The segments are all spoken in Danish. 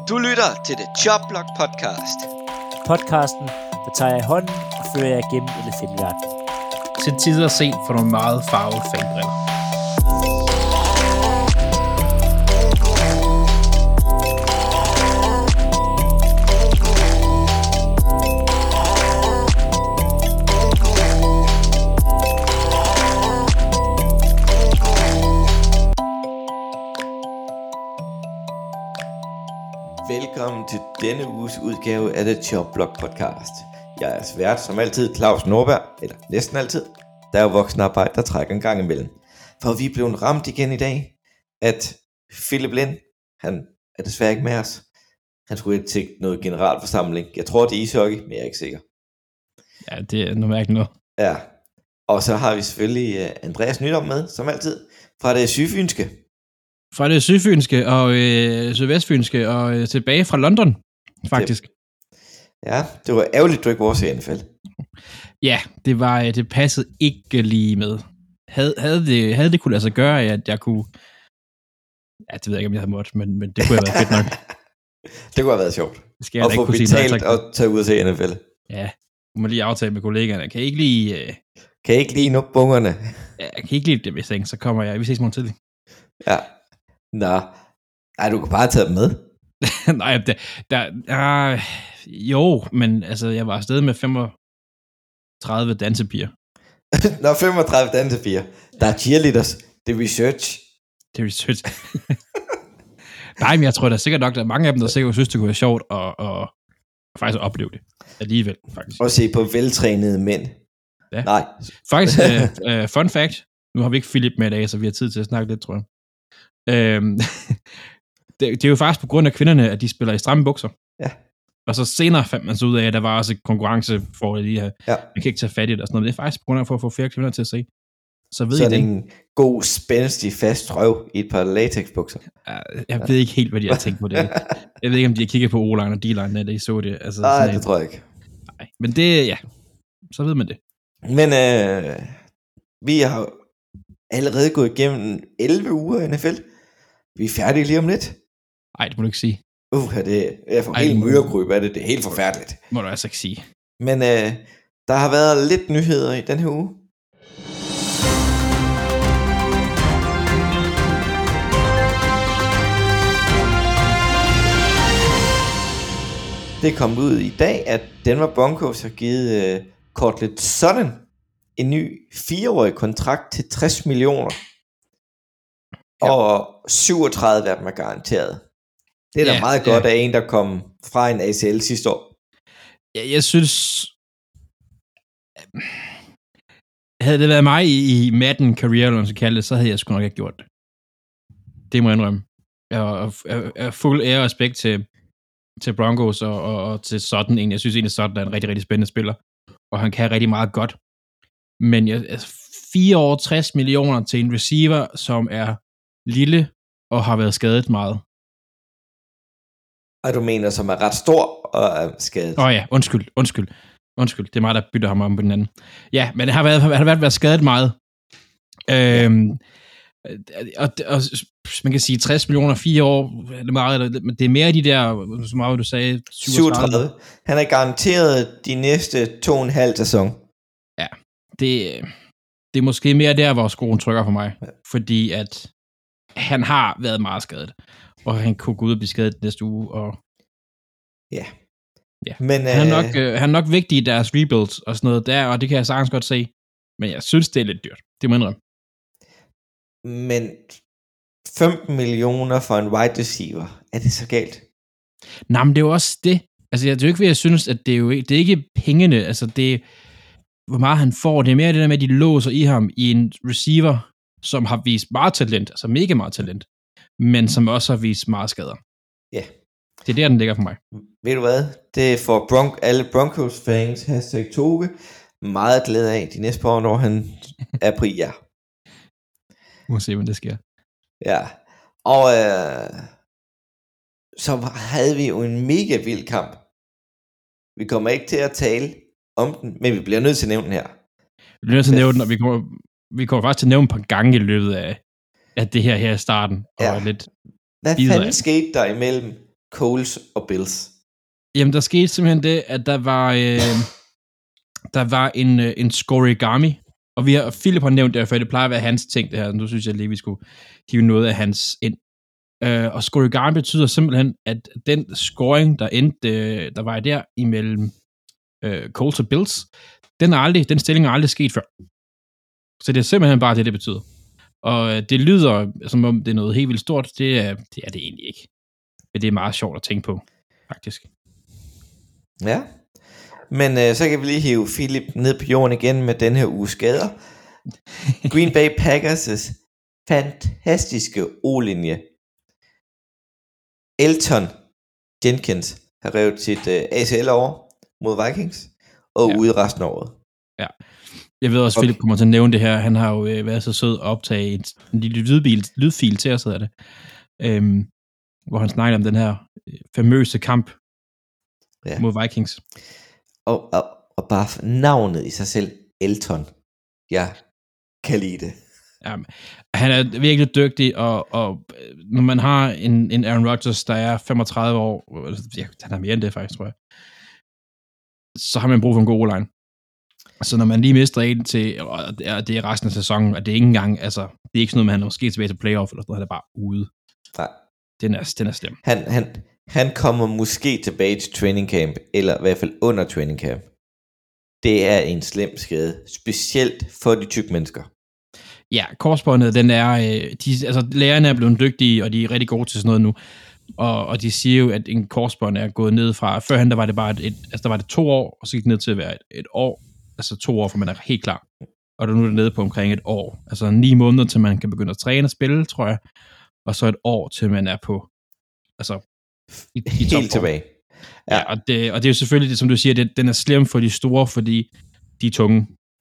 Du lytter til The Chop Block Podcast. Podcasten, der tager jeg i hånden og fører jer gennem elefantverden. Til tider set for nogle meget farvede fanbriller. Velkommen til denne uges udgave af The Chop Block Podcast. Jeg er svært som altid Claus Norberg, eller næsten altid. Der er jo voksenarbejde, der trækker en gang imellem. For vi er blevet ramt igen i dag, at Philip Lind, han er desværre ikke med os. Han skulle til noget generalforsamling. Jeg tror det er ishockey, men jeg er ikke sikker. Ja, det er noget mærkeligt noget. Ja, og så har vi selvfølgelig Andreas Nydom med, som altid, fra det sydfynske. Fra det sydfynske og sydvestfynske og tilbage fra London, faktisk. Ja, det var ærgerligt, du ikke var i NFL. Ja, det passede ikke lige med. Havde det kunne lade sig gøre, at jeg kunne... Ja, det ved jeg ikke, om jeg havde måttet, men det kunne have været fedt nok. Det kunne have været sjovt. Skal jeg og få betalt og tage ud og se NFL. Ja, du må lige aftale med kollegaerne. Kan I ikke lige... Kan I ikke lige nå bungerne? Ja, kan I ikke lige det, hvis ikke, så kommer jeg. Vi ses morgen tidlig. Ja. Nå. Nej, du kan bare tage dem med. Nej, jo, men altså, jeg var afsted med 35 dansepiger. Nå, 35 dansepiger. Der er cheerleaders. Det er research. Nej, men jeg tror, der er sikkert nok, der er mange af dem, der sikkert synes, det kunne være sjovt og faktisk opleve det. Alligevel, faktisk. Og se på veltrænede mænd. Ja. Nej. Faktisk, fun fact. Nu har vi ikke Philip med i dag, så vi har tid til at snakke lidt, tror jeg. Det er jo faktisk på grund af kvinderne, at de spiller i stramme bukser. Ja. Og så senere fandt man så ud af, at der var også konkurrence for det her. Ja. Man kan ikke tage fat i det og sådan noget. Det er faktisk på grund af for at få flere kvinder til at se. Så ved sådan I det en god, spændstig, fast røv i et par latexbukser. Jeg ved ikke helt, hvad de har tænkt på det. Jeg ved ikke, om de har kigget på O-line og D-line, eller I så det. Altså, nej, det tror jeg ikke. Nej, men det, ja. Så ved man det. Men vi har allerede gået igennem 11 uger i NFL. Vi er færdige lige om lidt. Nej, det må du ikke sige. Jeg får helt myrekryb af det. Det er helt forfærdeligt. Må du altså ikke sige. Men der har været lidt nyheder i den her uge. Det er kommet ud i dag, at Denver Broncos har givet Courtland Sutton en ny 4-årig kontrakt til 60 millioner. Ja. Og 37 af dem er garanteret. Det er da meget godt af en, der kom fra en ACL sidste år. Ja, jeg synes... Havde det været mig i Madden Career, eller man skal kalde det, så havde jeg sgu nok ikke gjort det. Det må jeg indrømme. Jeg er fuld ære og respekt til Broncos og til Sutton. Jeg synes egentlig, Sutton er en rigtig, rigtig spændende spiller. Og han kan rigtig meget godt. Men 4 år, 60 millioner til en receiver, som er lille og har været skadet meget. Og du mener, som er ret stor og er skadet? Ja, undskyld. Det er mig, der bytter ham om på den anden. Ja, men han har været skadet meget. Og man kan sige 60 millioner 4 år, det er meget, men det er mere de der, som meget du sagde, 37. Han er garanteret de næste 2,5 sæson. Ja, det er måske mere der, hvor skruen trykker for mig. Ja. Fordi at han har været meget skadet. Og han kunne gå ud og blive skadet næste uge. Og ja. Men, han er nok vigtig i deres rebuilds og sådan noget der, og det kan jeg sagtens godt se. Men jeg synes, det er lidt dyrt. Det må jeg indrømme. Men 15 millioner for en wide receiver, er det så galt? Nej, men det er jo også det. Altså, det er jo ikke, hvad jeg synes, at det er ikke pengene. Altså, det er, hvor meget han får. Det er mere det der med, at de låser i ham i en receiver, som har vist meget talent, altså mega meget talent, men som også har vist meget skader. Ja. Det er der, den ligger for mig. Ved du hvad? Det er for alle Broncos fans, #Toge, meget glæde af de næste par år, når han er på IR. Må se, hvordan det sker. Ja. Og så havde vi jo en mega vild kamp. Vi kommer ikke til at tale om den, men vi bliver nødt til at nævne den her. Vi bliver nødt til at nævne den, og vi kommer faktisk til at nævne et par gange i løbet af det her i starten. Ja. Og lidt Hvad fanden skete der imellem Coles og Bills? Jamen, der skete simpelthen det, at der var en scorigami, og Philip har nævnt det, for det plejer at være hans ting, det her. Nu synes jeg lige, vi skulle hive noget af hans ind. Og scorigami betyder simpelthen, at den scoring, der var der imellem Colts og Bills, den stilling er aldrig sket før. Så det er simpelthen bare det betyder. Og det lyder, som om det er noget helt vildt stort. Det er det egentlig ikke. Men det er meget sjovt at tænke på, faktisk. Ja. Men så kan vi lige hive Philip ned på jorden igen med den her uge skader. Green Bay Packers' fantastiske O-linje. Elton Jenkins har revet sit ACL over mod Vikings, og ude resten af året. Ja. Jeg ved også, Philip kommer til at nævne det her. Han har jo været så sød at optage en lille lydfil til os, hedder det. Hvor han snakker om den her famøse kamp mod Vikings. Og bare navnet i sig selv, Elton. Jeg kan lide det. Ja, han er virkelig dygtig, og når man har en Aaron Rodgers, der er 35 år, han er mere end det faktisk, tror jeg, så har man brug for en god O-line. Så når man lige mister en til, og det er resten af sæsonen, og det er ikke engang, altså, det er ikke sådan noget, man er måske tilbage til playoff, eller sådan noget, han er bare ude. Nej. Den er slem. Han kommer måske tilbage til training camp, eller i hvert fald under training camp. Det er en slem skade, specielt for de tykke mennesker. Ja, korsbåndet, den er, lærerne er blevet dygtige, og de er rigtig gode til sådan noget nu. Og de siger jo, at en korsbånd er gået ned fra, førhen der var det bare der var det 2 år, og så gik det ned til at være et år, altså 2 år, for man er helt klar. Og nu er det nede på omkring et år. Altså 9 måneder, til man kan begynde at træne og spille, tror jeg. Og så et år, til man er på, altså i helt tilbage. Ja, og det er jo selvfølgelig, det, som du siger, den er slem for de store, fordi de er tunge.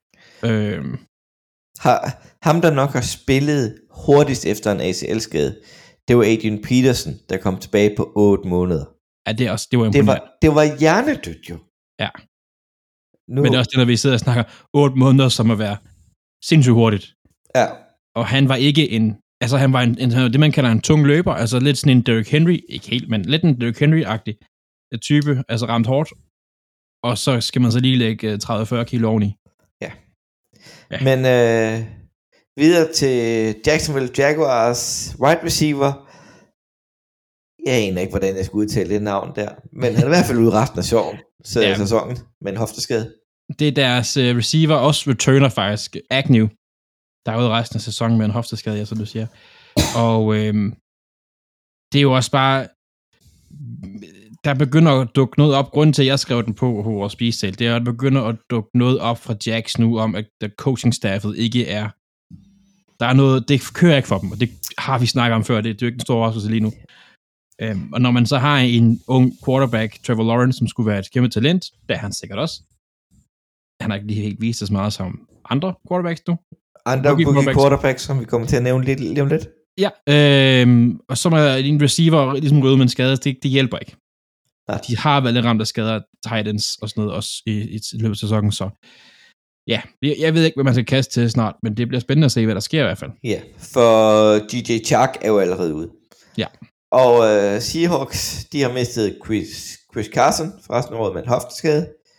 Ham, der nok har spillet hurtigst efter en ACL-skade, det var Adrian Peterson, der kom tilbage på 8 måneder. Ja, det var imponerende. Det var hjernedødt jo. Ja. Men det er også det, når vi sidder og snakker 8 måneder, som at være sindssygt hurtigt. Ja. Og han var ikke han var det, man kalder en tung løber, altså lidt sådan en Derrick Henry, ikke helt, men lidt en Derrick Henry-agtig type, altså ramt hårdt. Og så skal man så lige lægge 30-40 kilo oveni. Ja. Men videre til Jacksonville Jaguars wide receiver. Jeg aner ikke, hvordan jeg skal udtale det navn der, men han er i hvert fald ude resten af sæsonen med en hofteskade. Det er deres receiver, også returner faktisk, Agnew, der er ude resten af sæsonen med en hofteskade, ja, som du siger. Og det er jo også bare, der begynder at dukke noget op. Grunden til, at jeg skrev den på vores spisesal, det er, at der begynder at dukke noget op fra Jacks nu, om at coaching-staffet ikke er, der er noget, det kører ikke for dem, og det har vi snakket om før, det er jo ikke en stor overraskelse lige nu. Og når man så har en ung quarterback, Trevor Lawrence, som skulle være et kæmpe talent, det er han sikkert også. Han har ikke lige helt vist så meget som andre quarterbacks nu. Andre quarterbacks, som vi kommer til at nævne lige om lidt. Ja, og så er en receiver ligesom røde med en skade, det hjælper ikke. Ja. De har været lidt ramt af skader, tight ends og sådan noget, også i løbet af sæsonen, så ja, jeg ved ikke, hvad man skal kaste til snart, men det bliver spændende at se, hvad der sker i hvert fald. Ja, for DJ Chark er jo allerede ude. Ja. Og Seahawks, de har mistet Chris Carson for resten af året med en hofteskade.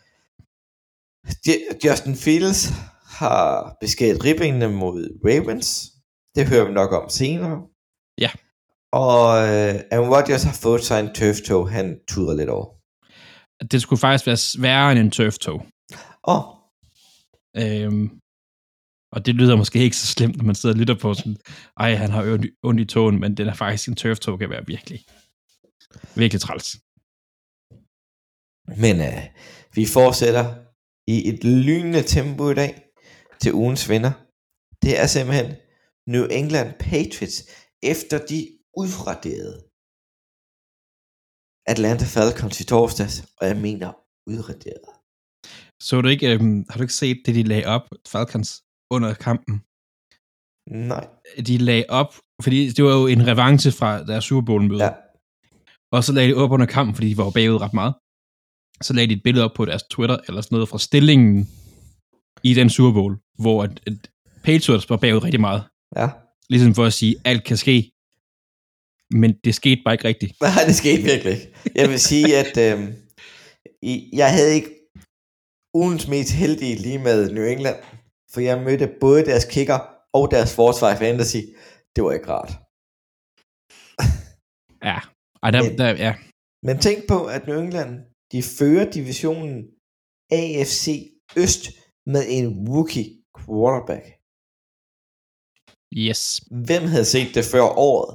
Justin Fields har beskadiget ribbenene mod Ravens. Det hører vi nok om senere. Ja. Og Aaron Rodgers har fået sig en turf toe, han tuder lidt over. Det skulle faktisk være sværere end en turf toe. Og det lyder måske ikke så slemt, når man sidder og lytter på sådan, han har ondt i tåen, men den er faktisk en turf toe, kan være virkelig træls. Men vi fortsætter i et lynende tempo i dag til ugens vinder. Det er simpelthen New England Patriots, efter de udraderede Atlanta Falcons i torsdags, og jeg mener udraderede. Så du ikke, har du ikke set det, de lagde op, Falcons, under kampen? Nej. De lagde op, fordi det var jo en revanche fra deres Super Bowl-møde. Ja. Og så lagde de op under kampen, fordi de var bagud ret meget. Så lagde de et billede op på deres Twitter, eller sådan noget fra stillingen i den Super Bowl, hvor at Patriots var bagud rigtig meget. Ja. Ligesom for at sige, alt kan ske. men det skete bare ikke rigtigt. Nej, det skete virkelig ikke. Jeg vil sige, at jeg havde ikke ugens mest heldige lige med New England, for jeg mødte både deres kicker og deres forsvar i fantasy. Det var ikke rart. Ja. Ja. Men tænk på, at New England, de fører divisionen AFC Øst med en rookie quarterback. Yes. Hvem havde set det før året?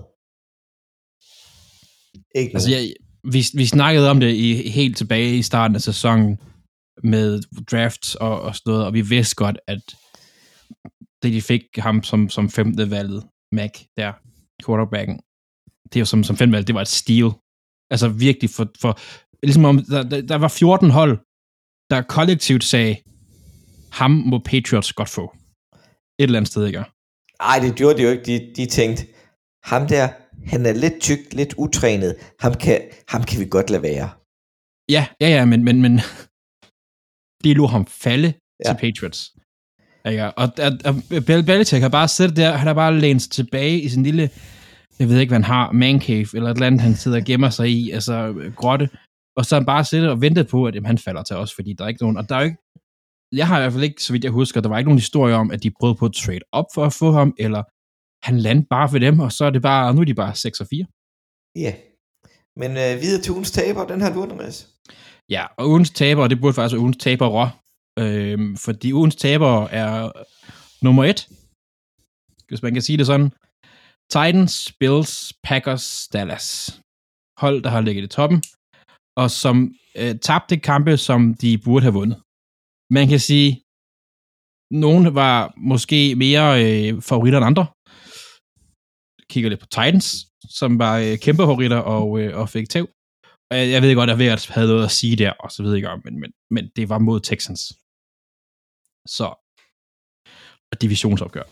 Ikke altså, vi snakkede om det helt tilbage i starten af sæsonen med drafts og sådan noget, og vi vidste godt, at det de fik ham som femte valget, Mac, der, quarterbacken, det er jo som femte valg, det var et steal. Altså virkelig for ligesom om, der var 14 hold, der kollektivt sagde, ham må Patriots godt få. Et eller andet sted, ikke? Ej, det gjorde de jo ikke. De tænkte, ham der, han er lidt tyk, lidt utrænet. Ham kan vi godt lade være. Ja, men de lå ham falde til Patriots. Ja, og Belichick har bare siddet der, han har bare lænet sig tilbage i sin lille, jeg ved ikke, hvad han har, man cave, eller et eller andet, han sidder og gemmer sig i, altså grotte, og så han bare siddet og ventet på, at han falder til os, fordi der er ikke nogen, og der er jo ikke, jeg har i hvert fald ikke, så vidt jeg husker, der var ikke nogen historie om, at de prøvede på at trade op for at få ham, eller han landede bare for dem, og så er det bare, nu er de bare 6-4. Ja, men videre til ugens taber, den her du, Andreas. Ja, og ugens taber, det burde faktisk være ugens taber, fordi ugens taber er nummer 1, hvis man kan sige det sådan. Titans, Bills, Packers, Dallas. Hold, der har ligget i toppen, og som tabte kampe, som de burde have vundet. Man kan sige, nogen var måske mere favoritter end andre. Kigger lidt på Titans, som var kæmpe favoritter og fik tæv. Jeg ved godt, at Vegas havde noget at sige der, og så ved jeg ikke om, men det var mod Texans. Så divisionsopgør.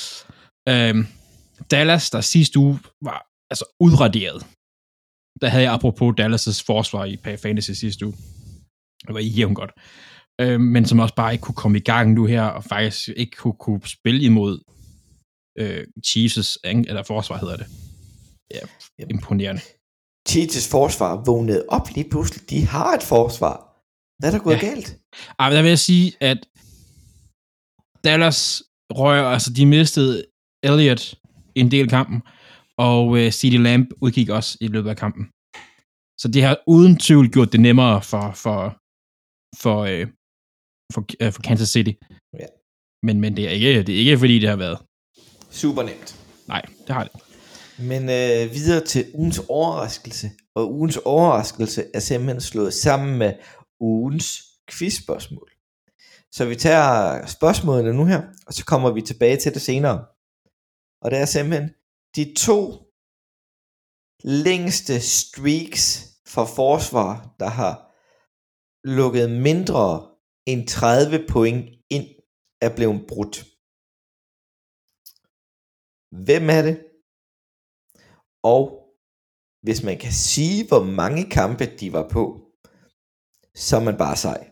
Dallas, der sidste uge var altså udraderet. Der havde jeg apropos Dallas' forsvar i Fantasy sidste uge. Det var jævnt godt. Men som også bare ikke kunne komme i gang nu her, og faktisk ikke kunne spille imod Chiefs' eller forsvar hedder det. Ja, imponerende. Chiefs' forsvar vågnede op lige pludselig. De har et forsvar. Hvad er der gået galt? Der vil jeg sige, at Dallas røg, altså de mistede Elliott i en del af kampen, og CeeDee Lamb udgik også i løbet af kampen. Så det har uden tvivl gjort det nemmere for Kansas City. Ja. Men det er ikke fordi det har været super nemt. Nej, det har det. Men videre til ugens overraskelse. Og ugens overraskelse er simpelthen slået sammen med ugens quizspørgsmål. Så vi tager spørgsmålene nu her, og så kommer vi tilbage til det senere. Og det er simpelthen de 2 længste streaks for forsvar, der har lukket mindre end 30 point ind, er blevet brudt. Hvem er det? Og hvis man kan sige, hvor mange kampe de var på, så er man bare sej.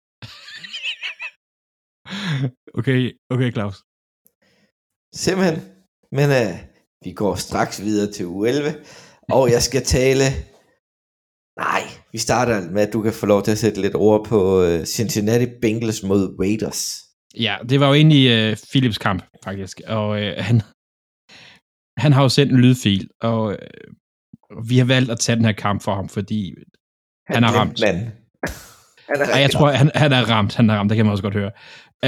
Okay, Claus. Simpelthen. Men vi går straks videre til uge 11, og jeg skal tale. Nej, vi starter med, at du kan få lov til at sætte lidt ord på Cincinnati Bengals mod Raiders. Ja, det var jo egentlig Philips kamp, faktisk. Og han har jo sendt en lydfil, og vi har valgt at tage den her kamp for ham, fordi han er ramt. Jeg tror, han er ramt. Det kan man også godt høre.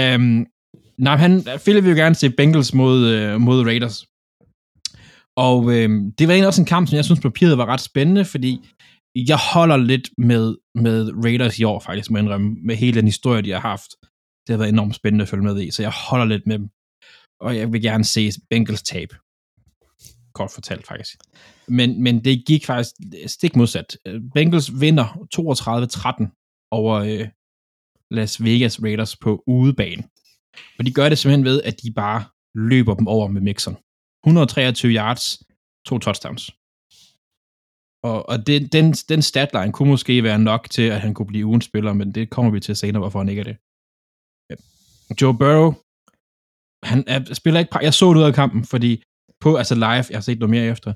Philip vil jo gerne se Bengals mod Raiders. Og det var egentlig også en kamp, som jeg synes papiret var ret spændende, fordi jeg holder lidt med Raiders i år, faktisk, må jeg indrømme, med hele den historie, de har haft. Det har været enormt spændende at følge med i, så jeg holder lidt med dem. Og jeg vil gerne se Bengals tab. Kort fortalt, faktisk. Men det gik faktisk stik modsat. Bengals vinder 32-13 over Las Vegas Raiders på udebane. Og de gør det simpelthen ved, at de bare løber dem over med Mixon. 123 yards, 2 touchdowns. Og den statline kunne måske være nok til, at han kunne blive ugens spiller, men det kommer vi til senere, hvorfor han ikke er det. Joe Burrow, han spiller ikke. Jeg så det ud af kampen, fordi altså live, jeg har set noget mere efter.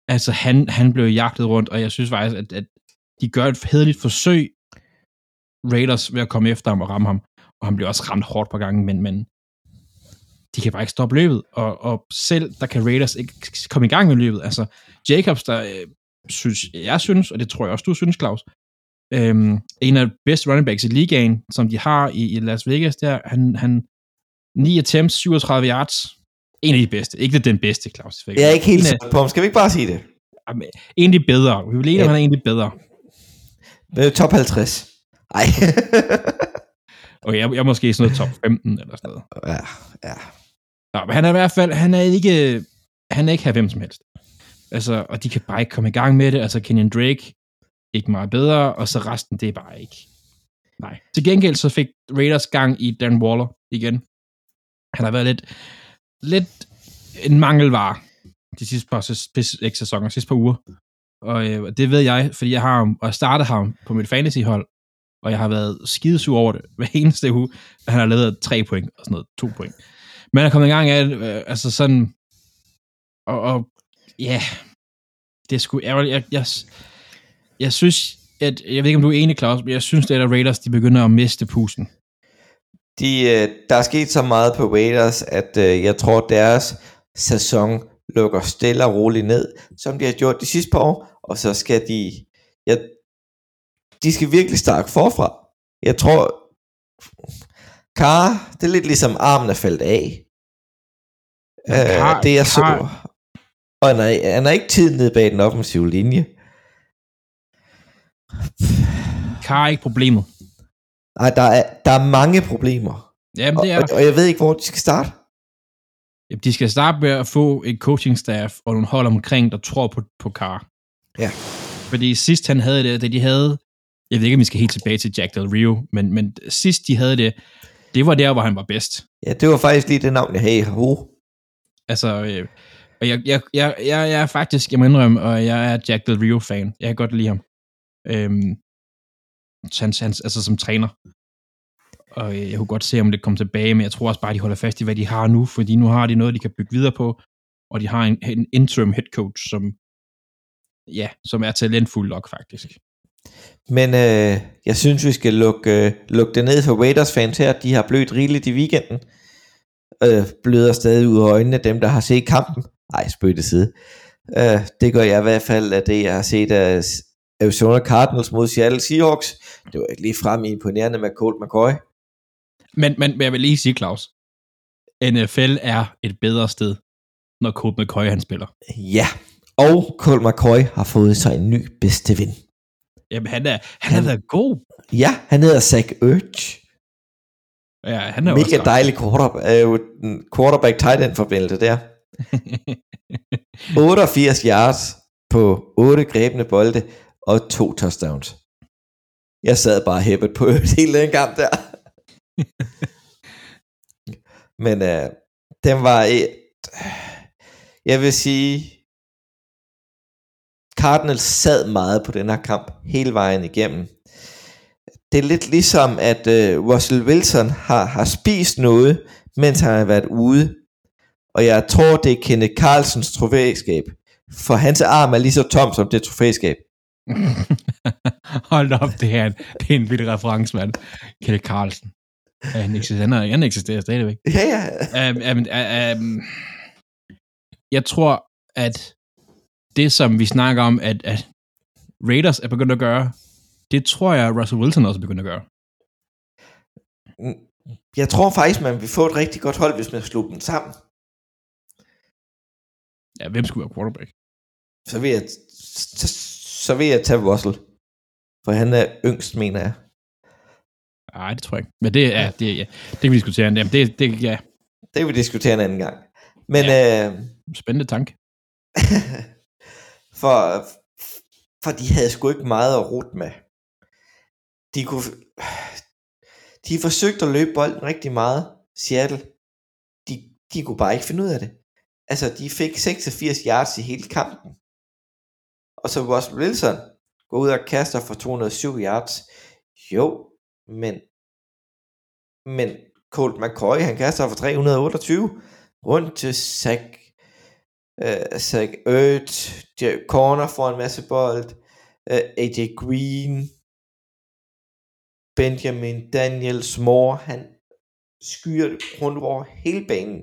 Altså, han blev jagtet rundt, og jeg synes faktisk, at de gør et hæderligt forsøg, Raiders, ved at komme efter ham og ramme ham. Og han bliver også ramt hårdt på gangen, men de kan bare ikke stoppe løbet. Og selv der kan Raiders ikke komme i gang med løbet. Altså, Jacobs, der jeg synes, og det tror jeg også, du synes, Claus, en af de bedste running backs i ligaen, som de har i Las Vegas, der, han 9 attempts, 37 yards. En af de bedste. Ikke den bedste, Claus. Jeg er ikke helt sikker på ham. Skal vi ikke bare sige det? En af de bedre. Vi vil han er en af de bedre. Top 50. Ej. Okay, jeg er måske sådan noget top 15 eller sådan noget. Ja. Nå, men han er i hvert fald, han er ikke her hvem som helst. Altså, og de kan bare ikke komme i gang med det. Altså, Kenyon Drake, ikke meget bedre, og så resten, det er bare ikke. Nej. Til gengæld så fik Raiders gang i Dan Waller igen. Han har været lidt en mangelvare de sidste par uger. Og det ved jeg, fordi jeg har ham, og jeg startede ham på mit fantasyhold, og jeg har været skidesur over det hver eneste uge, at han har lavet 3 point og sådan noget, 2 point. Men han er kommet i gang af det, altså sådan, og ja, det er sgu ærgerligt. Jeg synes, at, jeg ved ikke, om du er enig, Claus, men jeg synes, at Raiders, de begynder at miste pusten. Der er sket så meget på Raiders, at jeg tror, deres sæson lukker stille og roligt ned, som de har gjort de sidste par år, og så skal de skal virkelig starte forfra. Jeg tror, Carr, det er lidt ligesom armen er faldet af. Det er så. Og han er ikke tid ned bag den offensive linje. Carr er ikke problemet. Nej, der er mange problemer. Jamen, det er. Og jeg ved ikke, hvor de skal starte. De skal starte med at få et coaching staff og nogle hold omkring, der tror på Carr. Ja. Fordi sidst han havde det, da de havde, jeg ved ikke, om vi skal helt tilbage til Jack Del Rio, men sidst de havde det var der, hvor han var bedst. Ja, det var faktisk lige det navn, jeg havde. Altså, og jeg er faktisk, jeg må indrømme, og jeg er Jack Del Rio-fan. Jeg kan godt lide ham. Altså som træner. Og jeg kunne godt se, om det kommer tilbage, men jeg tror også bare, de holder fast i, hvad de har nu, fordi nu har de noget, de kan bygge videre på, og de har en interim head coach, som er talentfuld nok, faktisk. Men jeg synes, vi skal lukke det ned for Raiders fans her. De har blødt rigeligt i weekenden. Bløder stadig ud af øjnene, dem der har set kampen. Ej, spøg det side. Det gør jeg i hvert fald af det, jeg har set af Arizona Cardinals mod Seattle Seahawks. Det var ikke lige frem imponerende med Colt McCoy. Men jeg vil lige sige, Claus, NFL er et bedre sted, når Colt McCoy han spiller. Ja, og Colt McCoy har fået sig en ny bedste ven. Jamen, han har været god. Ja, han hedder Zach Ertz. Ja, han er mega også dejlig quarterback tight end forbindelse der. 88 yards på 8 grebne bolde og 2 touchdowns. Jeg sad bare hæppet på hele den kamp der. Men den var jeg vil sige, Cardinals sad meget på den her kamp hele vejen igennem. Det er lidt ligesom, at Russell Wilson har spist noget, mens han har været ude. Og jeg tror, det er Kenneth Carlsons trofæskab. For hans arm er lige så tom som det trofæskab. Hold op, det er en vild reference, mand. Kenneth Carlson. Han eksisterer stadigvæk. Ja. Jeg tror, at det, som vi snakker om, at Raiders er begyndt at gøre, det tror jeg, Russell Wilson også er begyndt at gøre. Jeg tror faktisk, man vil få et rigtig godt hold, hvis man slår dem sammen. Ja, hvem skulle være quarterback? Så vil jeg tage Russell. For han er yngst, mener jeg. Nej, det tror jeg ikke. Men det kan vi diskutere. Jamen, det kan vi diskutere en anden gang. Men, spændende tanke. for de havde sgu ikke meget at rute med. De forsøgte at løbe bolden rigtig meget. Seattle, de kunne bare ikke finde ud af det. Altså, de fik 86 yards i hele kampen. Og så Russell Wilson går ud og kaster for 207 yards. Jo, men Colt McCoy, han kaster for 328 rundt til Zach Zach Ertz, corner får en masse bold, AJ Green, Benjamin Daniels Moore, han skyer rundt over hele banen.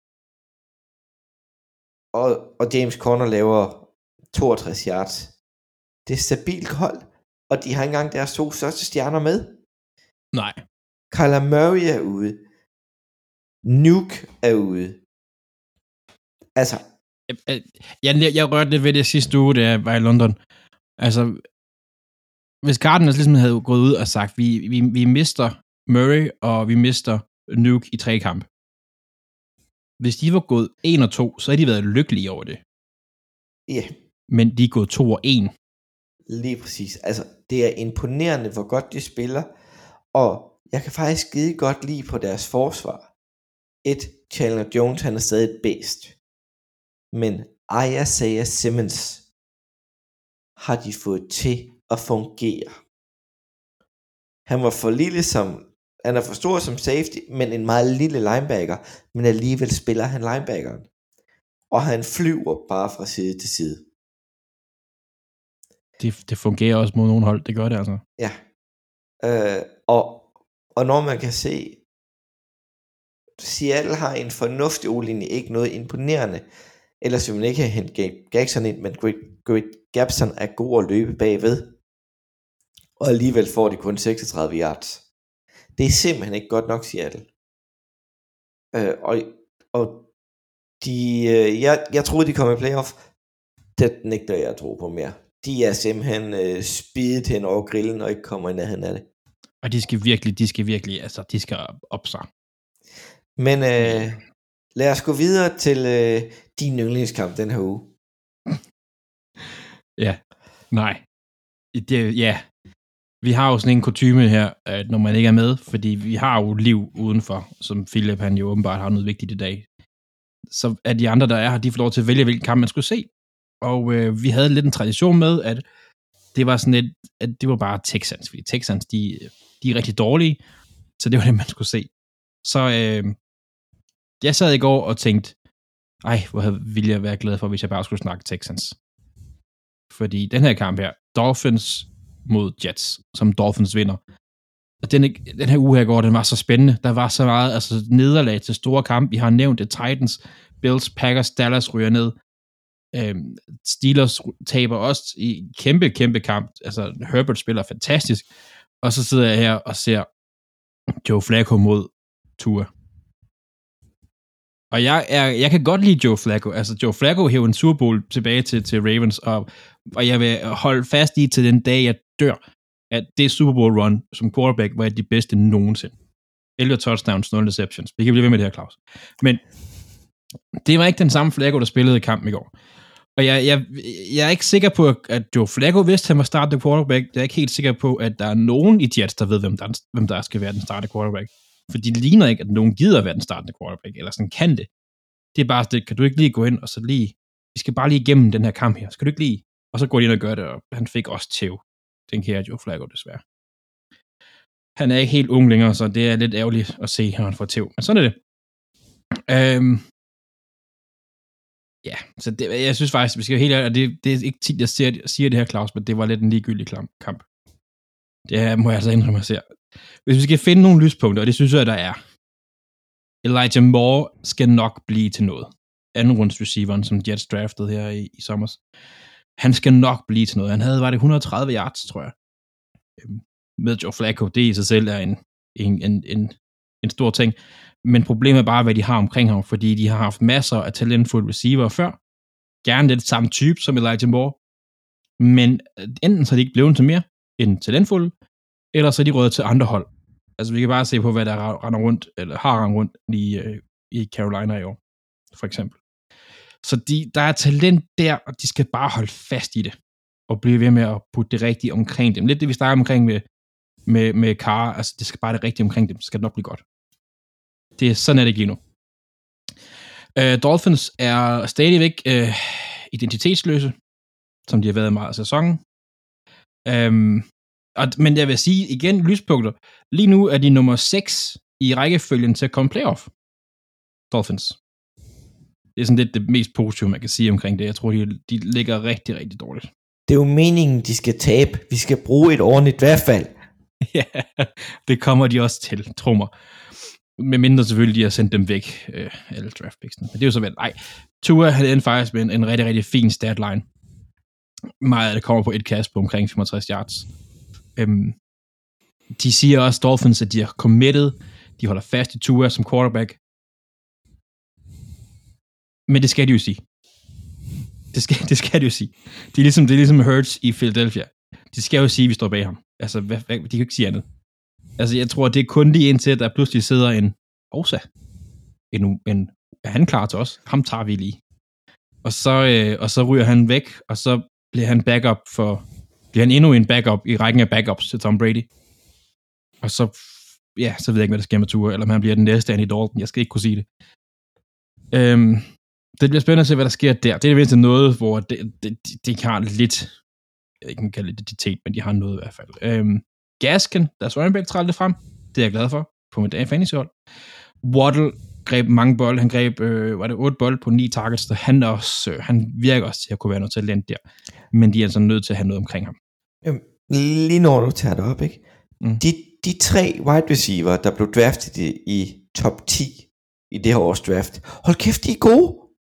Og James Conner laver 62 yards. Det er et stabilt hold, og de har ikke engang deres 2 største stjerner med. Nej. Kyler Murray er ude. Nuke er ude. Altså. Jeg rørte lidt ved det sidste uge, da jeg var i London. Altså, hvis Cardinals ligesom havde gået ud og sagt, vi mister Murray, og vi mister Nuke i 3 kampe. Hvis de var gået 1-2, så havde de været lykkelige over det. Ja. Yeah. Men de er gået 2-1. Lige præcis. Altså, det er imponerende, hvor godt de spiller, og jeg kan faktisk skide godt lide på deres forsvar. Chandler Jones, han er stadig et bedst. Men Isaiah Simmons har de fået til at fungere. Han var for lille han er for stor som safety, men en meget lille linebacker, men alligevel spiller han linebackeren. Og han flyver bare fra side til side. Det fungerer også mod nogle hold, det gør det altså. Ja. Og når man kan se, Seattle har en fornuftig O-linje, ikke noget imponerende, ellers vil man ikke have hentet Jackson ind, men Greg Gabson er god at løbe bagved, og alligevel får de kun 36 yards. Det er simpelthen ikke godt nok, Seattle. Og jeg troede, de kom i playoff. Det nægter jeg at tro på mere. De er simpelthen spidet hen over grillen, og ikke kommer i nærheden af det. Og de skal virkelig, altså, de skal op sig. Men lad os gå videre til din yndlingskamp den her uge. Ja, nej. Ja. Vi har jo sådan en kutyme her, at når man ikke er med, fordi vi har jo liv udenfor, som Philip han jo åbenbart har noget vigtigt i dag. Så er de andre, der er her, de får lov til at vælge, hvilken kamp man skulle se. Og vi havde lidt en tradition med, at det var sådan at det var bare Texans, fordi Texans, de er rigtig dårlige, så det var det, man skulle se. Så jeg sad i går og tænkte, hvor ville jeg være glad for, hvis jeg bare skulle snakke Texans. Fordi den her kamp her, Dolphins mod Jets, som Dolphins vinder. Og den her uge her går, den var så spændende. Der var så meget nederlag til store kampe. Vi har nævnt det, Titans, Bills, Packers, Dallas ryger ned. Steelers taber også i kæmpe kamp. Altså, Herbert spiller fantastisk. Og så sidder jeg her og ser Joe Flacco mod Tua. Og jeg kan godt lide Joe Flacco. Altså, Joe Flacco hæver en Super Bowl tilbage til Ravens, og jeg vil holde fast i til den dag, jeg dør, at det Super Bowl run som quarterback var de bedste nogensinde. 11 touchdowns, 0 interceptions. Vi kan blive ved med det her, Claus. Men det var ikke den samme Flacco, der spillede i kampen i går. Og jeg er ikke sikker på, at Joe Flacco vidste, at han var startende quarterback. Jeg er ikke helt sikker på, at der er nogen i Jets, der ved, hvem der skal være den startende quarterback. For de ligner ikke, at nogen gider være den startende quarterback, eller sådan kan det. Det er bare det, kan du ikke lige gå ind, og så lige, vi skal bare lige igennem den her kamp her, skal du ikke lige? Og så går de ind og gør det, og han fik også tæv. Den kære Joe Flacco, desværre. Han er ikke helt ung længere, så det er lidt ærgerligt at se, at han får tæv. Men sådan er det. Ja, så det, jeg synes faktisk, vi skal helt ærligt, og det er ikke tit, jeg siger det her, Claus, men det var lidt en ligegyldig kamp. Det må jeg altså indrømme at se. Hvis vi skal finde nogle lyspunkter, og det synes jeg, der er. Elijah Moore skal nok blive til noget. Andenrunds receiveren, som Jets draftede her i sommer. Han skal nok blive til noget. Han havde, var det 130 yards, tror jeg. Med Joe Flacco, det i sig selv er en stor ting. Men problemet er bare, hvad de har omkring ham, fordi de har haft masser af talentfulde receiver før. Gerne lidt samme type som Elijah Moore. Men enten så er de ikke blevet til mere end talentfulde, eller så er de røget til andre hold. Altså vi kan bare se på, hvad der render rundt, eller har rendt rundt i Carolina i år, for eksempel. Så der er talent der, og de skal bare holde fast i det, og blive ved med at putte det rigtige omkring dem. Lidt det, vi snakker omkring med Carr, altså det skal bare det rigtige omkring dem, så skal det nok blive godt. Sådan er det ikke lige nu. Dolphins er stadigvæk identitetsløse, som de har været meget af sæsonen. Men jeg vil sige igen, lyspunkter. Lige nu er de nummer 6 i rækkefølgen til at komme playoff. Dolphins. Det er sådan lidt det mest positive, man kan sige omkring det. Jeg tror, de ligger rigtig, rigtig dårligt. Det er jo meningen, de skal tabe. Vi skal bruge et ordentligt værfald. Ja, det kommer de også til, tro mig. Med mindre selvfølgelig, de har sendt dem væk, alle draftpicksene. Men det er jo så vel, nej. Tua havde endte faktisk med en rigtig, rigtig fin statline. Meget af det kommer på et kast på omkring 65 yards. De siger også, Dolphins, at de er committed. De holder fast i Tua som quarterback. Men det skal de jo sige. Det skal de jo sige. Det er ligesom Hurts i Philadelphia. De skal jo sige, at vi står bag ham. Altså, de kan ikke sige andet. Altså, jeg tror, det er kun lige indtil, at der pludselig sidder en Osa. Er han klar til os? Ham tager vi lige. Og så ryger han væk, og så bliver han endnu en backup i rækken af backups til Tom Brady. Og så ved jeg ikke, hvad der sker med Tua, eller om han bliver den næste Andy Dalton. Jeg skal ikke kunne sige det. Det bliver spændende at se, hvad der sker der. Det er det noget, hvor det har lidt, jeg ikke kan kalde det identitet, men de har noget i hvert fald. Gaskin, deres running back, træder det frem. Det er jeg glad for, på mit fantasyhold. Waddle greb mange bolde. Han greb, 8 bolde på 9 targets, så han virker også til at kunne være noget talent der. Men de er altså nødt til at have noget omkring ham. Lige når du tager det op, ikke? De 3 wide receiver, der blev draftet i top 10 i det her års draft. Hold kæft, de er gode.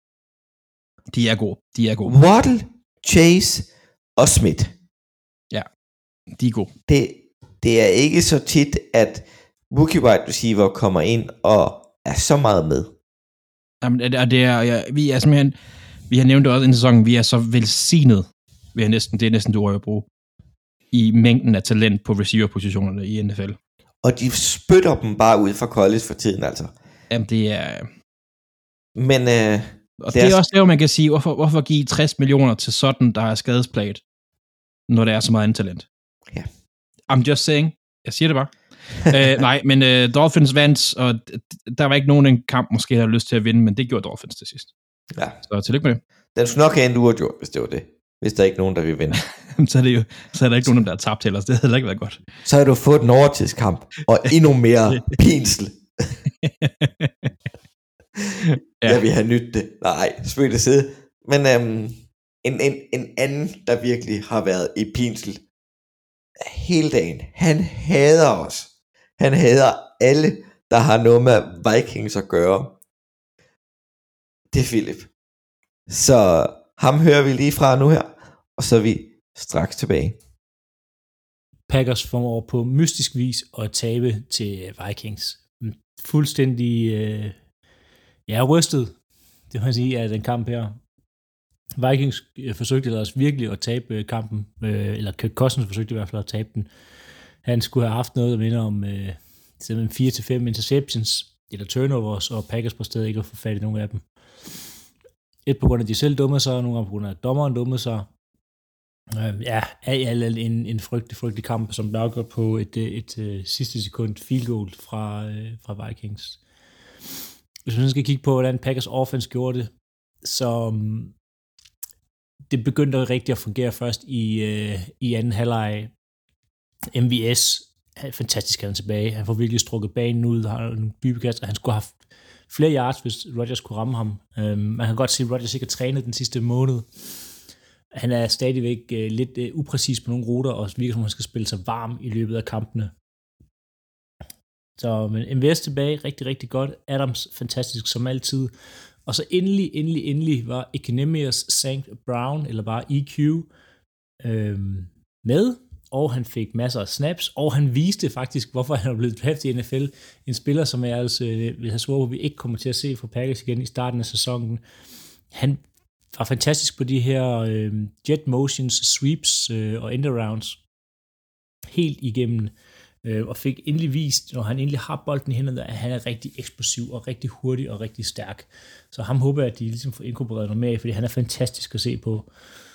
De er gode. Waddle, Chase og Smith. Ja, de er gode. Det er ikke så tit, at rookie wide receiver kommer ind og er så meget med. Jamen, vi er simpelthen, vi har nævnt det også i sæsonen, vi er så velsignet, det er næsten du ord at bruge, i mængden af talent på receiver-positionerne i NFL. Og de spytter dem bare ud fra college for tiden, altså. Jamen, det er... Men... og det er også det, man kan sige, hvorfor give 60 millioner til sådan, der er skadesplaget, når der er så meget talent? Ja. I'm just saying. Jeg siger det bare. Nej, men Dolphins vandt, og der var ikke nogen en kamp, måske der havde lyst til at vinde, men det gjorde Dolphins til sidst. Ja. Så tillykke med det. Den skulle nok have endt uafgjort, hvis det var det. Hvis der er ikke nogen, der vil vinde. så er der ikke nogen, der har tabt ellers. Det havde heller ikke været godt. Så har du fået en overtidskamp, og endnu mere pinsel. Ja. Jeg vil have nyt det. Nej, spøg det side. Men en anden, der virkelig har været i pinsel hele dagen. Han hader os. Han hader alle, der har noget med Vikings at gøre. Det er Philip. Så ham hører vi lige fra nu her, og så er vi straks tilbage. Packers formår på mystisk vis at tabe til Vikings. Fuldstændig rystet, det må jeg sige, af den kamp her. Vikings forsøgte ellers virkelig at tabe kampen, eller Kirk Cousins forsøgte i hvert fald at tabe den. Han skulle have haft noget at vinde om 4-5 interceptions, eller turnovers, og Packers på stedet ikke at få fat i nogen af dem. Et på grund af, at de selv dummede sig, og nogle gange på grund af, at dommeren dummede sig. En frygtelig kamp, som blev afgjort på et sidste sekund field goal fra Vikings. Hvis man skal kigge på, hvordan Packers offense gjorde det, så det begyndte rigtig at fungere først i anden halvleg. MVS er fantastisk, han er tilbage. Han får virkelig strukket banen ud, har nogle dybekast, og han skulle have haft flere yards, hvis Rodgers kunne ramme ham. Man kan godt se, at Rodgers ikke har trænet den sidste måned. Han er stadigvæk lidt upræcis på nogle ruter, og virker som, han skal spille sig varm i løbet af kampene. Så men MVS tilbage, rigtig, rigtig godt. Adams, fantastisk som altid. Og så endelig var Equanimeous St. Brown, eller bare EQ, med, og han fik masser af snaps, og han viste faktisk, hvorfor han er blevet draftet i NFL. En spiller, som jeg altså vil have svoret, vi ikke kommer til at se fra Packers igen i starten af sæsonen. Han var fantastisk på de her jet motions, sweeps og end-arounds helt igennem, og fik endelig vist, når han endelig har bolden i hænderne, at han er rigtig eksplosiv og rigtig hurtig og rigtig stærk. Så ham håber jeg, at de ligesom får inkorporeret noget mere, fordi han er fantastisk at se på.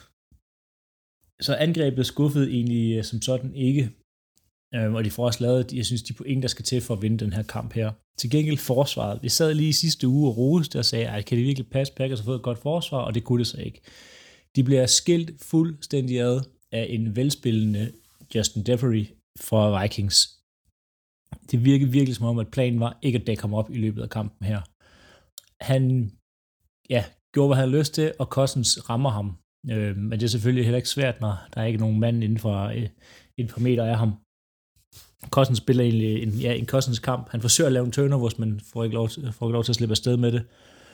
Så angrebet skuffede egentlig som sådan ikke, og de får også lavet, jeg synes, de point, der skal til for at vinde den her kamp her. Til gengæld forsvaret. Vi sad lige i sidste uge og roste og sagde, at kan det virkelig passe, Packers har fået et godt forsvar, og det kunne det så ikke. De bliver skilt fuldstændig ad af en velspillende Justin Devery fra Vikings. Det virkede virkelig som om, at planen var ikke at dække ham op i løbet af kampen her. gjorde, hvad han havde lyst til, og Cousins rammer ham. Men det er selvfølgelig heller ikke svært, når der er ikke nogen mand inden for et par meter af ham. Cousins spiller egentlig en Cousins kamp. Han forsøger at lave en turnovers, men får ikke lov til at slippe afsted med det.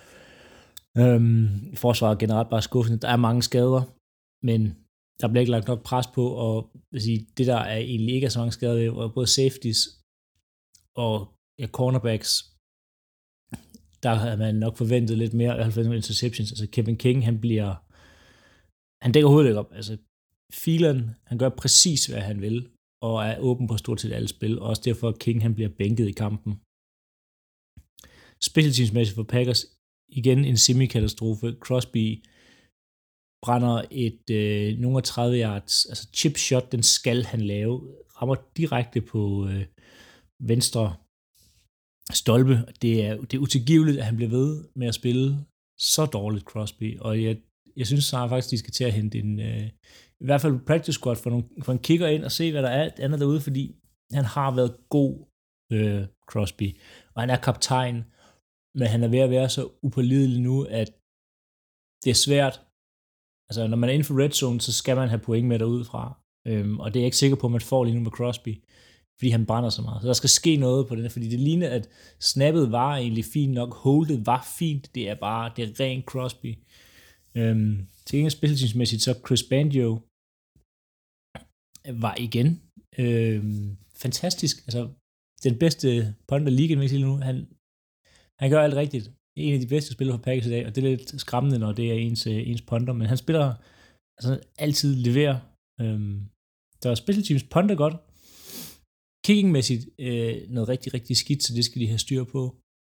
Forsvaret er generelt bare skuffende. Der er mange skader, men der bliver ikke lagt nok pres på, og det der er egentlig ikke er så mange skader ved, og både safeties og cornerbacks, der har man nok forventet lidt mere, i hvert fald nogle interceptions. Altså Kevin King, han dækker hovedet ikke op. Altså Thielen, han gør præcis, hvad han vil, og er åben på stort set alle spil, og også derfor King, han bliver bænket i kampen. Special teamsmæssigt for Packers, igen en semi-katastrofe. Crosby brænder et nogle af 30 yards, altså chip shot, den skal han lave, rammer direkte på venstre stolpe. Det er utilgiveligt, at han bliver ved med at spille så dårligt, Crosby, og jeg synes snart faktisk, de skal til at hente i hvert fald practice squad for en kicker ind og se, hvad der er andet derude, fordi han har været god, Crosby, og han er kaptajn, men han er ved at være så upålidelig nu, at det er svært. Altså, når man er inden for red zone, så skal man have point med derudefra, og det er jeg ikke sikker på, at man får lige nu med Crosby, fordi han brænder så meget. Så der skal ske noget på det, fordi det ligner, at snappet var egentlig fint nok, holdet var fint, det er ren Crosby. Til gengæld specialtidsmæssigt, så Chris Banjo var igen fantastisk, altså den bedste punter i ligaen, vil jeg sige nu. Han gør alt rigtigt. En af de bedste spillere for Packers i dag, og det er lidt skræmmende, når det er ens punter, men han spiller altså altid leverer. Der er special teams punter godt. Kickingmæssigt noget rigtig, rigtig skidt, så det skal de have styr på.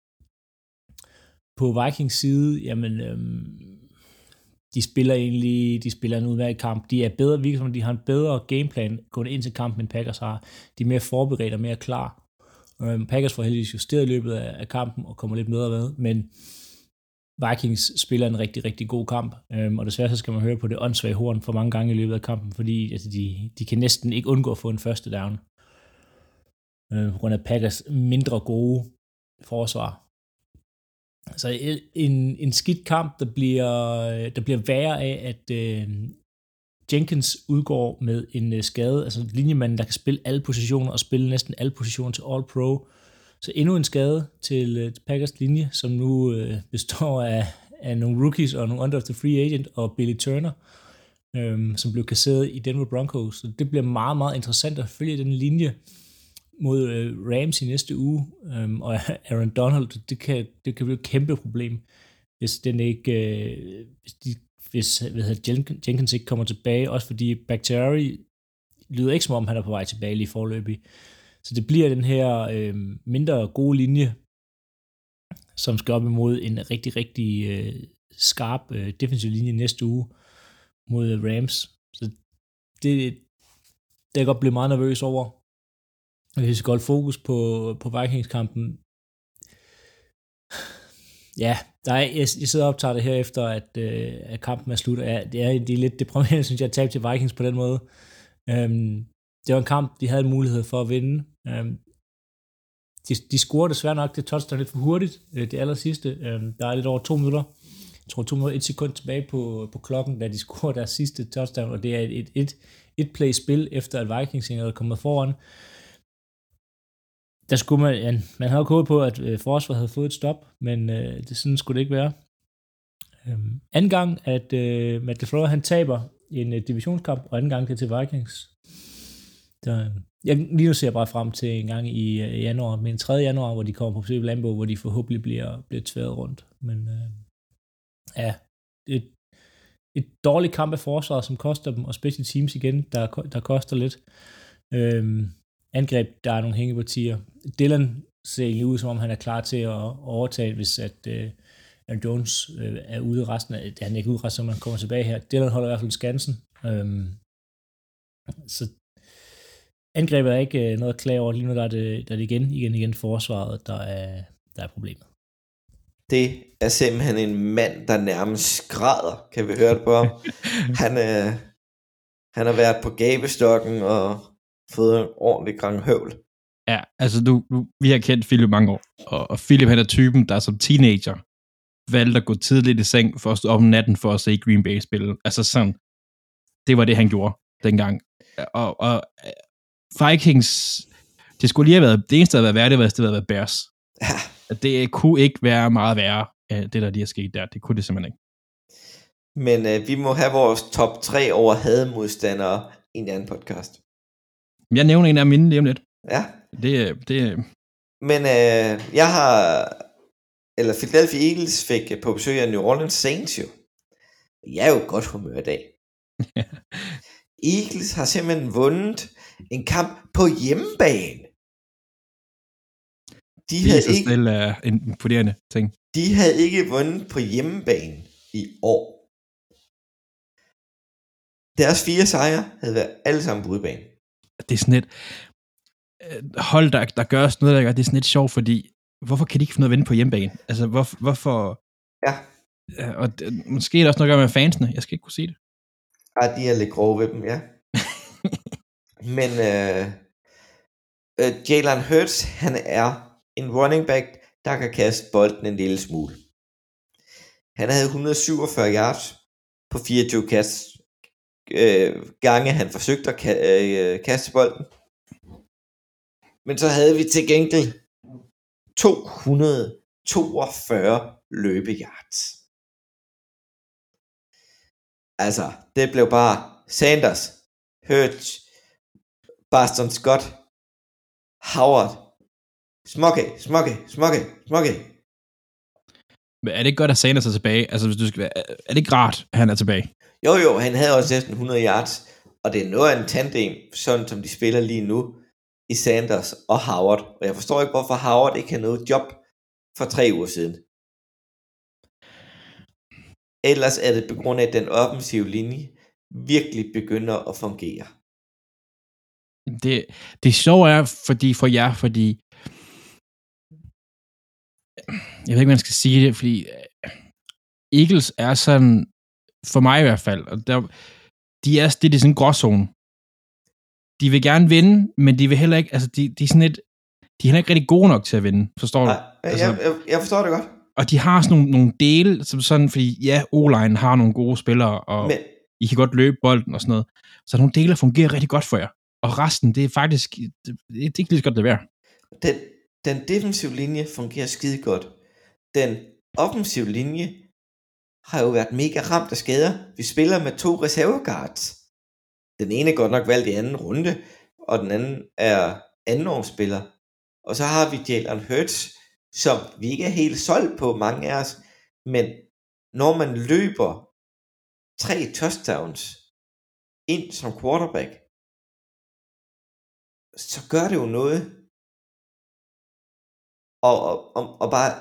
På Vikings side, jamen de spiller en udmærket kamp. De er bedre, virkelig som de har en bedre gameplan gående ind til kampen, end Packers har. De er mere forberedt og mere klar. Packers får heldigvis justeret i løbet af kampen og kommer lidt bedre med, men Vikings spiller en rigtig, rigtig god kamp, og desværre så skal man høre på det åndssvage horn for mange gange i løbet af kampen, fordi altså, de kan næsten ikke undgå at få en første down på grund af Packers mindre gode forsvar. Så en skidt kamp, der bliver værre af, at Jenkins udgår med en skade, altså linjemanden, der kan spille alle positioner og spille næsten alle positioner til All-Pro. Så endnu en skade til Packers linje, som nu består af nogle rookies og nogle under the free agent og Billy Turner, som blev kasseret i Denver Broncos. Så det bliver meget, meget interessant at følge den linje mod Rams i næste uge, og Aaron Donald, det kan blive et kæmpe problem, hvis Jenkins ikke kommer tilbage, også fordi Bakhtiari lyder ikke som om, han er på vej tilbage lige forløbig. Så det bliver den her mindre gode linje, som skal op imod en rigtig, rigtig skarp defensiv linje næste uge mod Rams. Så det kan godt blive meget nervøs over. Hvis vi skal holde fokus på Vikings-kampen, ja, jeg sidder og optager det her efter, at kampen er slut. Det er lidt deprimerende, synes jeg, at tabe til Vikings på den måde. Det var en kamp, de havde en mulighed for at vinde. De scorer desværre nok det touchdown lidt for hurtigt, det aller sidste. Der er lidt over 2 minutter. Jeg tror 2 minutter, 1 sekund tilbage på klokken, da de scorer deres sidste touchdown, og det er et play-spil, efter at Vikings er kommet foran. Der skulle man havde jo håbet på, at forsvaret havde fået et stop, men sådan skulle det ikke være. Anden gang, at Matt LaFleur, han taber en divisionskamp, og anden gang det til Vikings. Lige nu ser jeg bare frem til en gang i januar, men 3. januar, hvor de kommer på besøg i Lambeau, hvor de forhåbentlig bliver tværet rundt. Men ja, et dårligt kamp af forsvaret, som koster dem, og special teams igen, der koster lidt. Angreb, der er nogle hængepartier. Dylan ser egentlig ud, som om han er klar til at overtage, hvis at Aaron Jones er ude resten af, han er ikke ude resten, som han kommer tilbage her. Dylan holder i hvert fald skansen. Så angrebet er ikke noget at klage over. Lige nu der er det igen forsvaret, der er problemet. Det er simpelthen en mand, der nærmest skræder, kan vi høre det på ham. Han har været på gabestokken og fået en ordentlig gang høvl. Ja, altså vi har kendt Philip mange år, og Philip han er typen, der som teenager valgte at gå tidligt i seng for at stå op om natten for at se Green Bay spille. Altså sådan, det var det, han gjorde dengang. Og Vikings, det skulle lige have været, det eneste, der havde været værre, det var, at det havde været Bears. Ja. Det kunne ikke være meget værre, det der lige er sket der. Det kunne det simpelthen ikke. Men vi må have vores top 3 over hademodstandere i en anden podcast. Jeg nævner en af mine lige om lidt. Ja. Det Men Philadelphia Eagles fik på besøg af New Orleans Saints jo. Jeg er jo godt humør i dag. Eagles har simpelthen vundet en kamp på hjemmebane. det er så stille en imponerende ting. De havde ikke vundet på hjemmebane i år. Deres 4 sejre havde været alle sammen på udebane. Det er sådan et hold, der gør sådan noget, der gør, det er sådan lidt sjovt, fordi hvorfor kan de ikke få noget at vinde på hjemmebane? Altså, hvorfor? Ja. Og måske er der også noget at gøre med fansene. Jeg skal ikke kunne sige det. Ja, de er lidt grove ved dem, ja. Men Jalen Hurts, han er en running back, der kan kaste bolden en lille smule. Han havde 147 yards på 24 gange, han forsøgte at kaste bolden. Men så havde vi til gengæld 242 løbeyards. Altså, det blev bare Sanders, Hurts, Boston Scott, Howard, Smoky. Men er det ikke godt, at Sanders er tilbage? Altså, hvis du skal være, er det ikke rart, at han er tilbage? Jo, han havde også næsten 100 yards, og det er noget af en tandem, sådan som de spiller lige nu, i Sanders og Howard. Og jeg forstår ikke, hvorfor Howard ikke har noget job for 3 uger siden. Ellers er det på grund af, at den offensive linje virkelig begynder at fungere. Det sjove er fordi jeg ved ikke, man skal sige det, fordi Eagles er sådan, for mig i hvert fald, og det er sådan en gråzone. De vil gerne vinde, men de vil heller ikke, altså de er sådan de er heller ikke rigtig gode nok til at vinde, forstår du? Altså, jeg forstår det godt. Og de har sådan nogle dele, som sådan, fordi ja, O-line har nogle gode spillere, og I kan godt løbe bolden og sådan noget, så nogle dele fungerer rigtig godt for jer. Og resten, det er faktisk, det er ikke lige så godt det værd. Den defensive linje fungerer skide godt. Den offensive linje har jo været mega ramt af skader. Vi spiller med 2 reserveguards. Den ene er godt nok valgt i anden runde, og den anden er andenårsspiller. Og så har vi Jalen Hurts, som vi ikke er helt solgt på, mange af os. Men når man løber 3 touchdowns ind som quarterback, så gør det jo noget. Og bare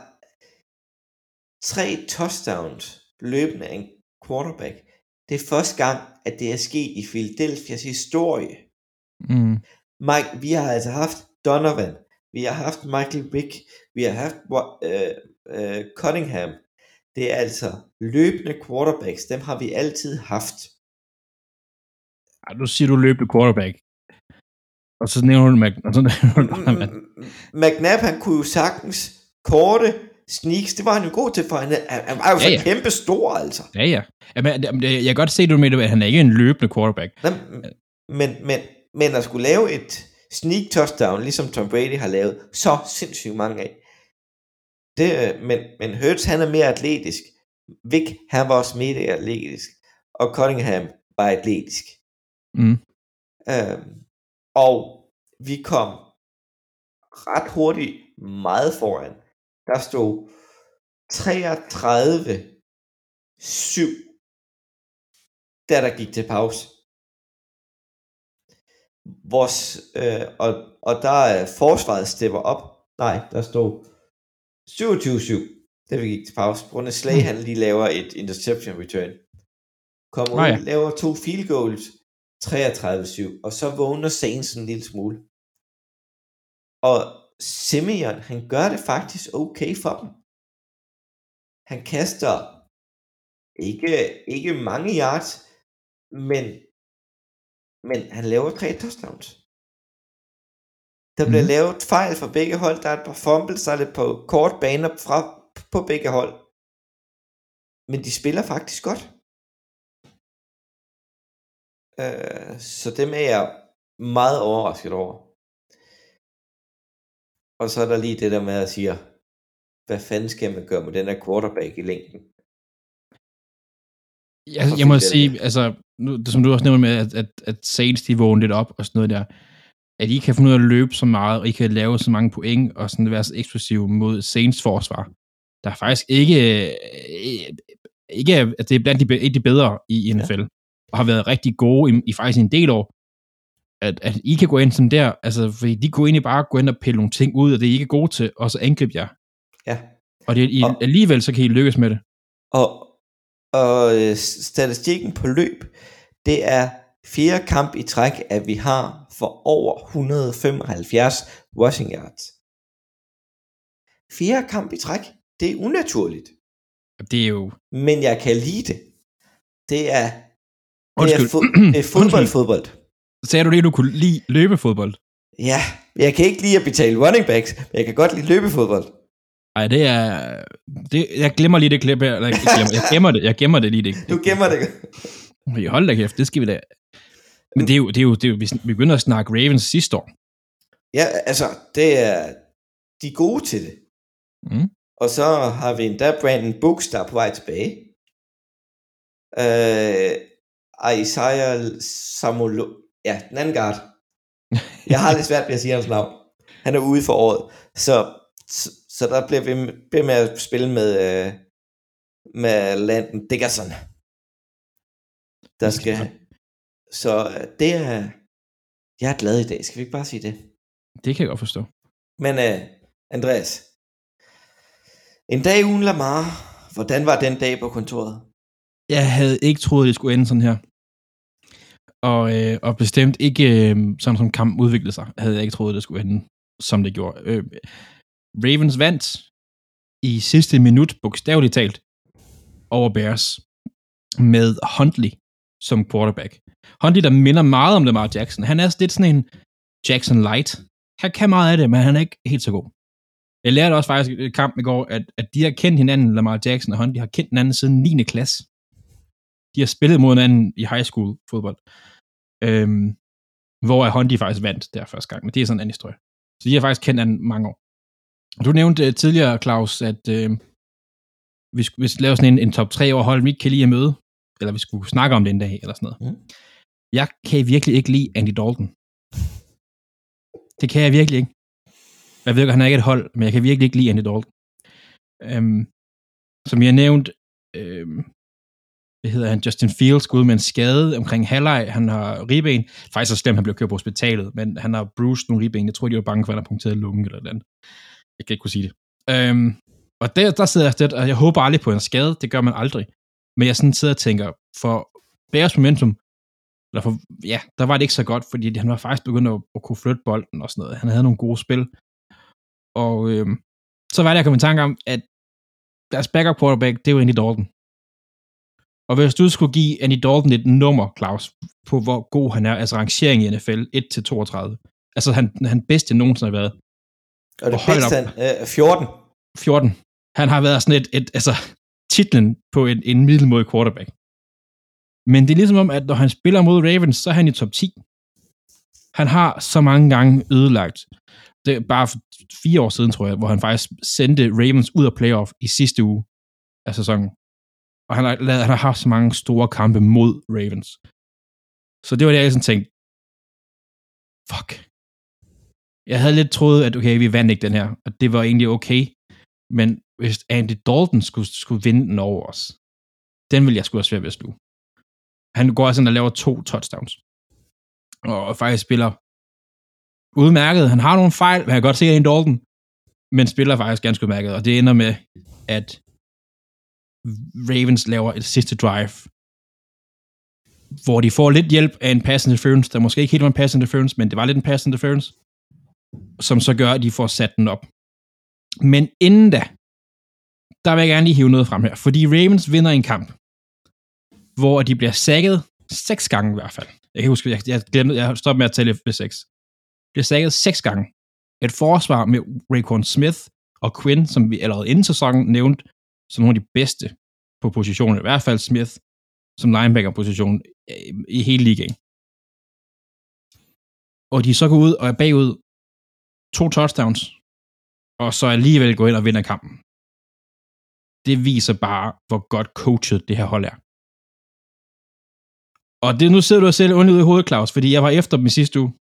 3 touchdowns løbende af en quarterback, det er første gang, at det er sket i Philadelphias historie. Mike, vi har altså haft Donovan, vi har haft Michael Vick, vi har haft Cunningham. Det er altså løbende quarterbacks, dem har vi altid haft. Nu siger du løbende quarterback. Og så nævner du McNabb, han kunne jo sagtens korte sneaks, det var han jo god til, for han var jo så kæmpe stor, altså. Ja. Jeg kan godt se, du mener, at han er ikke en løbende quarterback. Men at skulle lave et sneak touchdown, ligesom Tom Brady har lavet så sindssygt mange af. Men Hurts, han er mere atletisk. Vick, han var også mere atletisk. Og Cunningham var atletisk. Og vi kom ret hurtigt meget foran. Der stod 33-7, da der gik til pause. Og der forsvaret stepper op. Nej, der stod 27-7, da vi gik til pause. På grund af Slay, han lige laver et interception return. Kommer ud, laver 2 field goals, 33-7, og så vågner Saints en lille smule. Og Simeon, han gør det faktisk okay for dem. Han kaster ikke mange yards, men han laver 3 touchdowns. Der bliver lavet fejl fra begge hold. Der er et par fumbles, der er lidt på kort baner på begge hold. Men de spiller faktisk godt. Så dem er jeg meget overrasket over. Og så er der lige det der med at sige, hvad fanden skal man gøre med den her quarterback i længden? Jeg må sige, altså, nu, som du også nævner med, at Saints, de vågner lidt op og sådan noget der, at I kan finde ud af at løbe så meget, og I kan lave så mange point, og sådan være så eksplosive mod Saints forsvar. Der er faktisk ikke at det er blandt de bedre i NFL, og har været rigtig gode i faktisk en del år, at I kan gå ind sådan der, altså, fordi de kunne egentlig bare gå ind og pille nogle ting ud, og det er I ikke gode til, og så angribe jer. Ja. Og det, alligevel så kan I lykkes med det. Og statistikken på løb, det er 4 kamp i træk, at vi har for over 175 rushing yards. 4 kamp i træk, det er unaturligt. Det er jo... Men jeg kan lide det. Det er fodbold. Sagde du det, du kunne lide løbefodbold? Ja, jeg kan ikke lide at betale running backs, men jeg kan godt lide løbefodbold. Ej, jeg glemmer lige det klip her. Jeg gemmer det lige det. Du gemmer det. Hold da kæft, det skal vi da. Men det er jo vi begynder at snakke Ravens sidste år. Ja, altså, det er de er gode til det. Mm. Og så har vi endda Brandon Brooks, der er på vej tilbage. Isaiah Samuel, ja, den anden guard. Jeg har lidt svært ved at sige hans navn. Han er ude for året. Så der bliver vi med at spille med Landon Dickerson. Der skal... Så det er... Jeg er glad i dag, skal vi ikke bare sige det? Det kan jeg godt forstå. Men Andreas, en dag uden Lamar, hvordan var den dag på kontoret? Jeg havde ikke troet, det skulle ende sådan her. Og bestemt ikke sådan som kampen udviklede sig, havde jeg ikke troet, det skulle ende, som det gjorde. Ravens vandt i sidste minut, bogstaveligt talt, over Bears, med Huntley som quarterback. Huntley, der minder meget om Lamar Jackson. Han er lidt sådan en Jackson Light. Han kan meget af det, men han er ikke helt så god. Jeg lærte også faktisk i kampen i går, at de har kendt hinanden, Lamar Jackson og Huntley, har kendt hinanden siden 9. klasse. De har spillet mod hinanden i high school fodbold. Hvor Huntley faktisk vandt der første gang, men det er sådan en anden historie. Så de har faktisk kendt hinanden mange år. Du nævnte tidligere, Claus, at vi skulle lave sådan en top 3 over hold, vi ikke kan lide at møde, eller vi skulle snakke om det en dag, eller sådan noget. Jeg kan virkelig ikke lide Andy Dalton. Det kan jeg virkelig ikke. Jeg ved ikke, han er ikke et hold, men jeg kan virkelig ikke lide Andy Dalton. Som jeg nævnte, hvad hedder han, Justin Fields går ud med en skade omkring halvleg. Han har ribben. Faktisk så slemt, han blev kørt på hospitalet, men han har bruised nogle ribben. Jeg tror, de var bange for, at han har punkteret lungen eller noget andet. Jeg kan ikke kunne sige det. Og der sidder jeg stedt, og jeg håber aldrig på en skade. Det gør man aldrig. Men jeg sådan sidder og tænker, for Bears momentum, eller for, ja, der var det ikke så godt, fordi han var faktisk begyndt at kunne flytte bolden og sådan noget. Han havde nogle gode spil. Og så var det, jeg kom i tanke om, at deres backup quarterback, det var Andy Dalton. Og hvis du skulle give Andy Dalton et nummer, Claus, på hvor god han er, altså rangering i NFL, 1-32. Altså han bedste nogensinde har været. Og det bedste, 14. 14. Han har været sådan altså titlen på en middelmådig quarterback. Men det er ligesom om, at når han spiller mod Ravens, så er han i top 10. Han har så mange gange ødelagt. Det er bare 4 år siden, tror jeg, hvor han faktisk sendte Ravens ud af playoff i sidste uge af sæsonen. Og han har haft så mange store kampe mod Ravens. Så det var det, jeg sådan tænkte, fuck. Jeg havde lidt troet, at okay, vi vandt ikke den her, og det var egentlig okay. Men hvis Andy Dalton skulle vinde den over os, den ville jeg sgu have svært ved at sluge. Han går altså og laver 2 touchdowns. Og faktisk spiller udmærket. Han har nogle fejl, men jeg kan godt se Andy Dalton, men spiller faktisk ganske udmærket. Og det ender med, at Ravens laver et sidste drive, hvor de får lidt hjælp af en pass interference, der måske ikke helt var en pass interference, men det var lidt en pass interference, som så gør, at de får sat den op. Men inden da, der vil jeg gerne lige hive noget frem her, fordi Ravens vinder en kamp, hvor de bliver sacket 6 gange i hvert fald. Jeg kan huske, jeg stoppede med at tælle ved 6. Bliver sacket 6 gange. Et forsvar med Raekwon Smith og Quinn, som vi allerede inden sæsonen nævnte, som nogle af de bedste på positionen, i hvert fald Smith som linebacker-position i hele ligaen. Og de så går ud og er bagud 2 touchdowns, og så alligevel går ind og vinder kampen. Det viser bare, hvor godt coachet det her hold er. Og det, nu sidder du selv under ud i hovedet, Claus, fordi jeg var efter dem i sidste uge.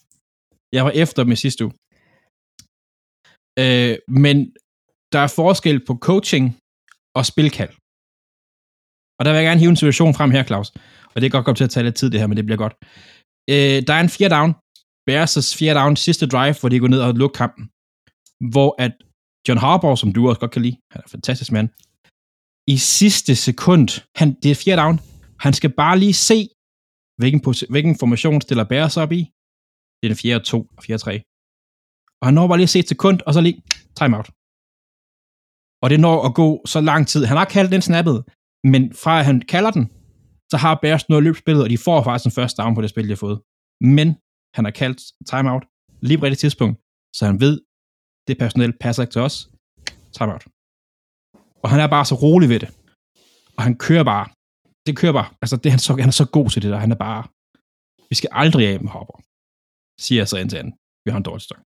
Men der er forskel på coaching og spilkald. Og der vil jeg gerne hive en situation frem her, Claus. Og det kan godt komme til at tage lidt tid, det her, men det bliver godt. Der er en 4. down. Bears' 4. down sidste drive, hvor de går ned og lukker kampen. Hvor at John Harbaugh, som du også godt kan lide, han er en fantastisk mand, i sidste sekund, det er 4. down, han skal bare lige se, hvilken formation stiller Bears op i. Det er den 4-2 og 4-3. Og han når bare lige at se et sekund, og så lige timeout. Og det når at gå så lang tid. Han har kaldt den snappet, men fra at han kalder den, så har Bears noget løbspillet, og de får faktisk en første down på det spil, de har fået. Men han har kaldt timeout lige på det tidspunkt, så han ved, det personel passer ikke til os. Timeout. Og han er bare så rolig ved det. Og han kører bare. Det kører bare. Altså, han er så god til det der. Han er bare... Vi skal aldrig af med Harbaugh. Siger jeg så ind til anden. Vi har en dårlig stok.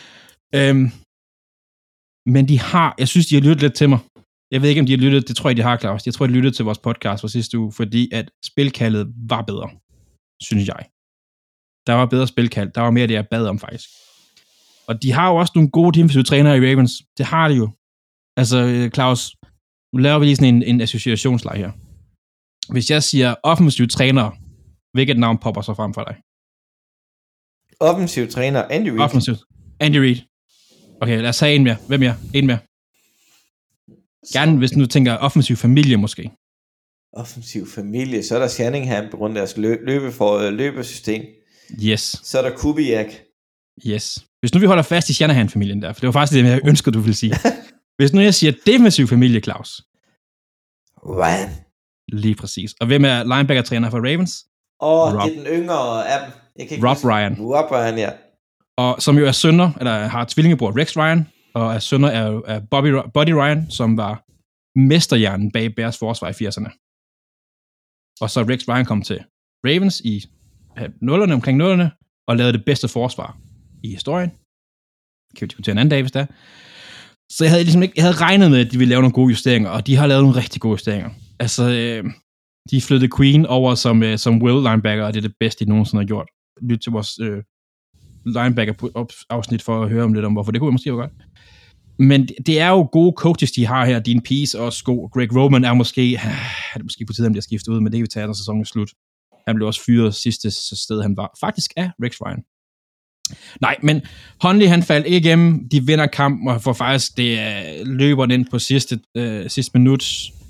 Men de har... Jeg synes, de har lyttet lidt til mig. Jeg ved ikke, om de har lyttet... Det tror jeg, de har, Claus. Jeg tror, de lyttede til vores podcast fra sidste uge, fordi at spilkaldet var bedre. Synes jeg. Der var bedre spilkald. Der var mere, det jeg bad om, faktisk. Og de har jo også nogle gode defensive trænere i Ravens. Det har de jo. Altså, Claus, nu laver vi lige sådan en associationsleg her. Hvis jeg siger offensiv træner, hvilket navn popper så frem for dig? Offensiv træner, Andy Reid. Offensiv. Andy Reid. Okay, lad os have en mere. Hvem mere? En mere. Gerne, hvis du tænker offensiv familie måske. Offensiv familie, så er der Shanahan på grund af deres løbesystem. Yes. Så er der Kubiak. Yes. Hvis nu vi holder fast i Shanahan-familien der, for det var faktisk det, jeg ønsker, du ville sige. Hvis nu jeg siger defensiv familie, Claus. Ryan. Lige præcis. Og hvem er linebacker-træner for Ravens? Det er den yngre af dem. Rob Ryan. Rob Ryan, ja. Og som jo er sønner, eller har tvillingebror Rex Ryan, og er sønner af Buddy Ryan, som var mesterhjernen bag Bears forsvar i 80'erne. Og så Rex Ryan kom til Ravens i omkring nullerne, og lavede det bedste forsvar i historien. Kan vi diskutere en anden dag, hvis det er. Så jeg havde regnet med, at de ville lave nogle gode justeringer, og de har lavet nogle rigtig gode justeringer. Altså, de flyttede Queen over som will linebacker, og det er det bedste, de nogensinde har gjort. Lyt til vores linebacker-afsnit for at høre om lidt om, hvorfor det kunne måske være godt. Men det er jo gode coaches, de har her. Dean Pease og Greg Roman er måske på tide, at de har skiftet ud, men det kan vi tage, når sæsonen er slut. Han blev også fyret sidste sted, han var. Faktisk af Rex Ryan. Nej, men Hundley, han faldt ikke igennem. De vinder kampen, og får faktisk det løber ind på sidste minut.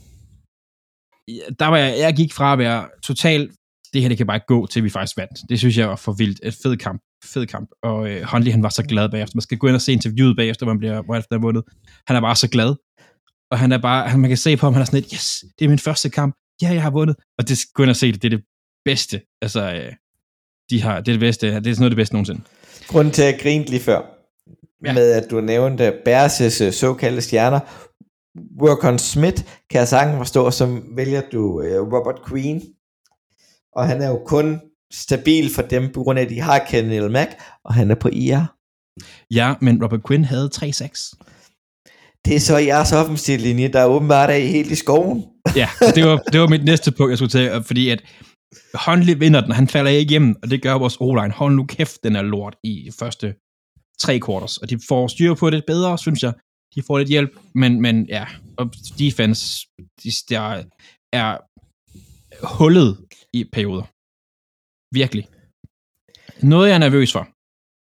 Der var jeg gik fra at være totalt, det her det kan bare ikke gå, til vi faktisk vandt. Det synes jeg var for vildt. Et fed kamp. Og Hundley, han var så glad bagefter. Man skal gå ind og se interviewet bagefter, hvor han bliver vundet. Han er bare så glad. Og han er bare, man kan se på ham, han er sådan lidt, yes, det er min første kamp. Ja, jeg har vundet. Og det gå ind og se det, det er det bedste. Altså, det er det bedste. Det er sådan noget af det bedste nogensinde. Grunden til at grine lige før, med at du nævnte Bears' såkaldte stjerner, Workon Smith, kan jeg sagtens forstå, som vælger du Robert Queen, og han er jo kun stabil for dem, på grund af, at de har Kenneth Mack, og han er på IR. Ja, men Robert Quinn havde 3-6. Det er så jeres offensiv linje, der åbenbart er helt i skoven. Ja, det var mit næste punkt, jeg skulle tage, fordi at Hundley vinder den, han falder ikke igennem, og det gør vores O-line. Hold nu kæft, den er lort i første 3 quarters, og de får styr på det bedre, synes jeg. De får lidt hjælp, men ja, og defense, der er hullet i perioder. Virkelig. Noget, jeg er nervøs for,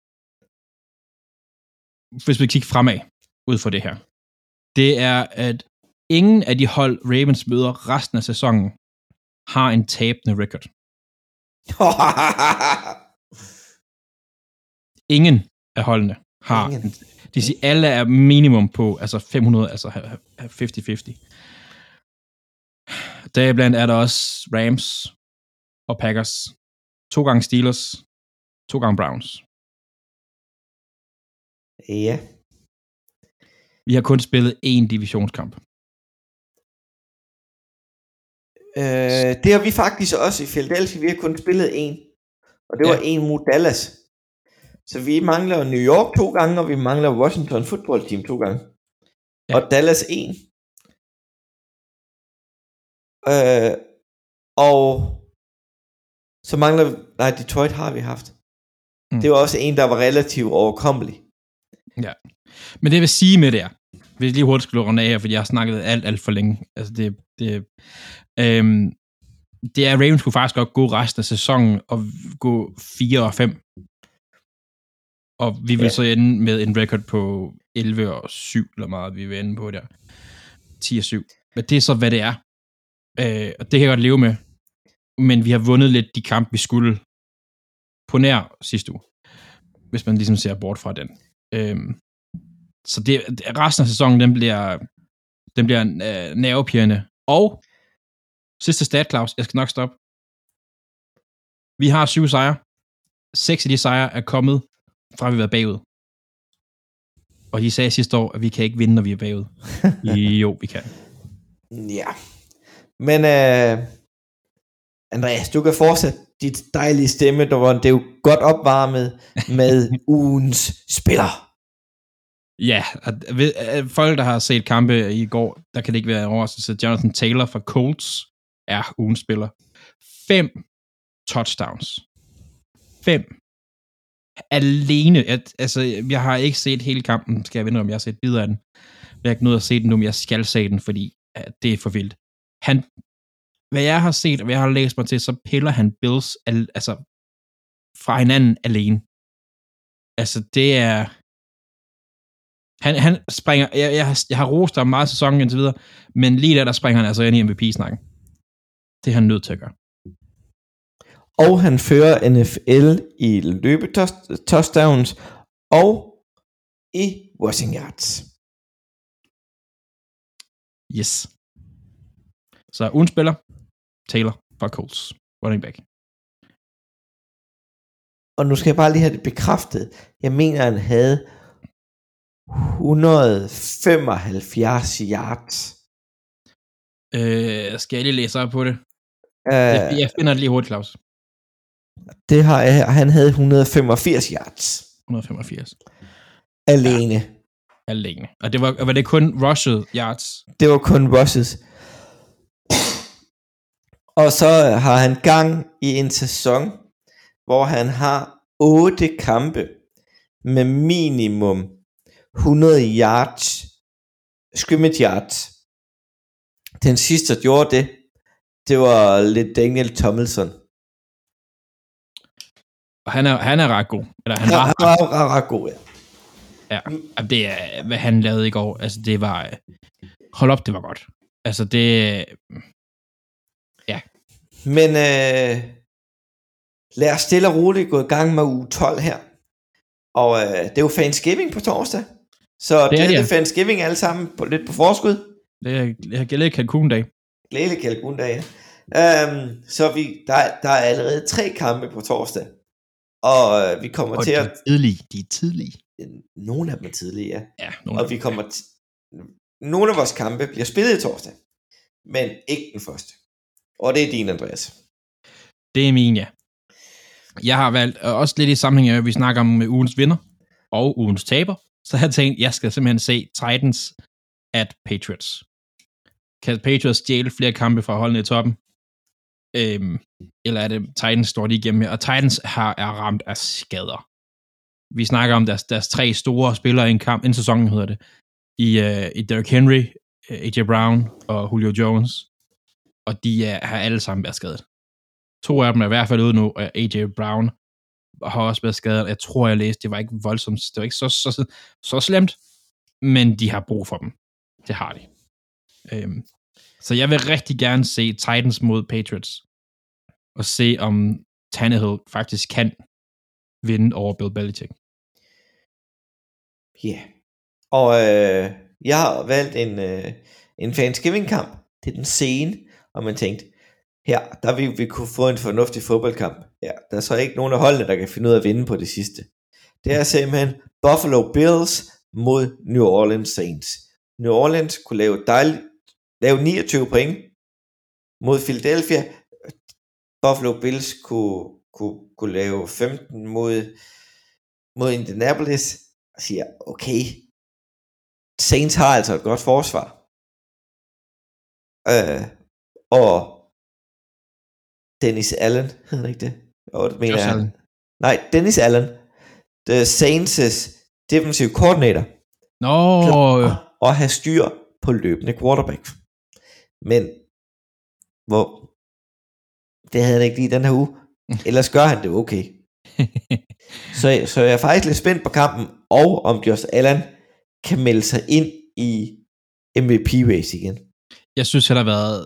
hvis vi kigger fremad, ud for det her, det er, at ingen af de hold, Ravens møder resten af sæsonen, har en tabende record. Ingen af holdene har. De siger, alle er minimum på altså 500, altså 50-50. Deriblandt er der også Rams og Packers. 2 gange Steelers, 2 gange Browns. Ja. Vi har kun spillet 1 divisionskamp. Det har vi faktisk også i Philadelphia. Vi har kun spillet en, og det var en mod Dallas. Så vi mangler New York 2 gange, og vi mangler Washington Football Team 2 gange. Ja. Og Dallas 1. Og så mangler vi... Nej, Detroit har vi haft. Det var også en, der var relativt overkommelig. Ja. Men det vil sige med det er, hvis lige hurtigt skulle runde af her, fordi jeg har snakket alt for længe. Altså det er, Ravens kunne faktisk godt gå resten af sæsonen og gå 4-5. Og vi vil så ende med en record på 11-7, eller meget vi vil ende på der. 10-7. Men det er så, hvad det er. Og det kan jeg godt leve med. Men vi har vundet lidt de kampe, vi skulle på nær sidste uge. Hvis man ligesom ser bort fra den. Så det, resten af sæsonen, den bliver nervepirrende. Og sidste stat, Claus, jeg skal nok stoppe. Vi har 7 sejre. 6 af de sejre er kommet fra at vi har været bagud. Og de sagde sidste år, at vi kan ikke vinde, når vi er bagud. Jo, vi kan. Ja. Men Andreas, du kan fortsætte dit dejlige stemme, det er jo godt opvarmet med ugens spiller. Ja, folk, der har set kampe i går, der kan det ikke være en overraskelse. Jonathan Taylor fra Colts er ugens spiller. 5 touchdowns. 5. Alene. Altså, jeg har ikke set hele kampen, skal jeg vinde, om jeg har set bidder af den. Jeg har ikke nået at se den nu, men jeg skal se den, fordi det er for vildt. Hvad jeg har set, og hvad jeg har læst mig til, så piller han Bills fra hinanden alene. Altså, det er... Han springer... Jeg har rost ham meget sæsonen indtil videre, men lige der springer han altså ind i MVP-snakken. Det er han nødt til at gøre. Og han fører NFL i løbetouchdowns og i rushing yards. Yes. Så ugen spiller Taylor fra Colts, running back. Og nu skal jeg bare lige have det bekræftet. Jeg mener, han havde 175 yards. Skal jeg lige læse op på det? Jeg finder det lige hurtigt, Claus. Det har jeg her. Han havde 185 yards. 185. Alene. Ja. Alene. Og var det kun rushed yards? Det var kun rushes. Og så har han gang i en sæson, hvor han har 8 kampe med minimum 100 yards, scrimmage yards. Den sidste, der gjorde det var lidt Daniel Tomlinson. Og han er ret god. Eller han var ret god, ja. Ja, det er, hvad han lavede i går. Altså, det var... Hold op, det var godt. Altså, det... Ja. Men lad os stille og roligt gå i gang med uge 12 her. Og det er jo Thanksgiving på torsdag. Så det er Thanksgiving alle sammen lidt på forskud. Det er glædelig kalkundag. Glædelig kalkundag, ja. Så der er allerede 3 kampe på torsdag. Og vi kommer til at... De er tidlige. Nogle af dem er tidlige, ja. Og vi kommer nogle af vores kampe bliver spillet i torsdag. Men ikke den første. Og det er din, Andreas. Det er min, ja. Jeg har valgt, også lidt i sammenhæng af, at vi snakker om ugens vinder og ugens taber, så har jeg tænkt, jeg skal simpelthen se Titans at Patriots. Kan Patriots stjæle flere kampe fra holdene i toppen? Eller er det Titans står lige igennem her? Og Titans er ramt af skader. Vi snakker om deres 3 store spillere i en kamp, en sæson hedder det, i Derrick Henry, AJ Brown og Julio Jones. Og de har alle sammen været skadet. 2 af dem er i hvert fald ude nu, og AJ Brown har også været skadet. Jeg tror, jeg læste, det var ikke voldsomt, det var ikke så slemt, men de har brug for dem. Det har de. Så jeg vil rigtig gerne se Titans mod Patriots, og se om Tannehill faktisk kan vinde over Bill Belichick. Ja. Yeah. Og jeg har valgt en Thanksgiving-kamp. Det er den scene, og man tænkte, her, der vil vi kunne få en fornuftig fodboldkamp. Ja, der er så ikke nogen af holdene, der kan finde ud af at vinde på det sidste. Det er simpelthen Buffalo Bills mod New Orleans Saints. New Orleans kunne lave 29 point mod Philadelphia. Buffalo Bills kunne lave 15 mod Indianapolis, og siger, okay, Saints har altså et godt forsvar. Og Dennis Allen, hedder det ikke det? Det mener jeg. Allen. Nej, Dennis Allen, the Saints' defensive coordinator, og have styr på løbende quarterback. Men det havde han ikke lige den her uge. Ellers gør han det okay. så jeg er faktisk lidt spændt på kampen, og om Josh Allen kan melde sig ind i MVP-race igen. Jeg synes, han har været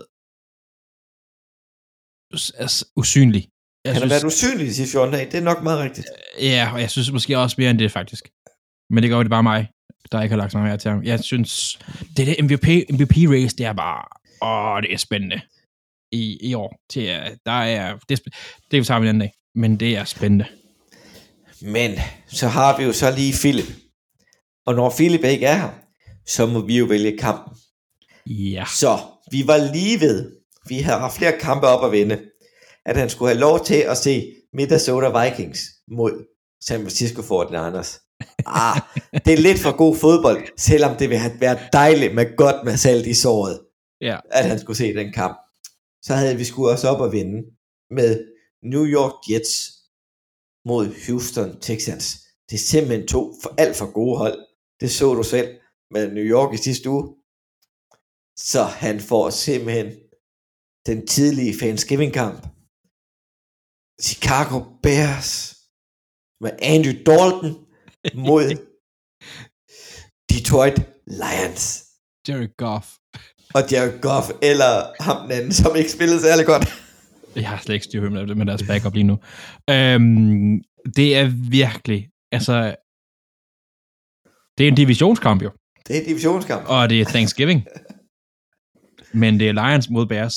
usynlig. Han har været usynlig de sidste 14 dage. Det er nok meget rigtigt. Ja, og jeg synes måske også mere end det, faktisk. Men det går jo bare mig, der ikke har lagt så meget til ham. Jeg synes, det MVP-race, det er bare... det er spændende. I år. Det tager vi den anden dag. Men det er spændende. Men så har vi jo så lige Philip. Og når Philip ikke er her, så må vi jo vælge kampen. Ja. Så vi var lige ved. Vi har haft flere kampe op at vinde. At han skulle have lov til at se Minnesota Vikings mod San Francisco 49ers. Det er lidt for god fodbold, selvom det ville have været dejligt med godt med salt i såret, at han skulle se den kamp. Så havde vi sgu også op at vinde med New York Jets mod Houston Texans. Det er simpelthen alt for gode hold. Det så du selv med New York i sidste uge. Så han får simpelthen den tidlige Thanksgiving-kamp. Chicago Bears med Andrew Dalton mod Detroit Lions. Jared Goff. Og Jared Goff, eller ham den anden, som ikke spillede særlig godt. Jeg har slet ikke styr med deres backup lige nu. Det er virkelig, altså, det er en divisionskamp jo. Det er en divisionskamp. Og det er Thanksgiving. Men det er Lions mod Bears.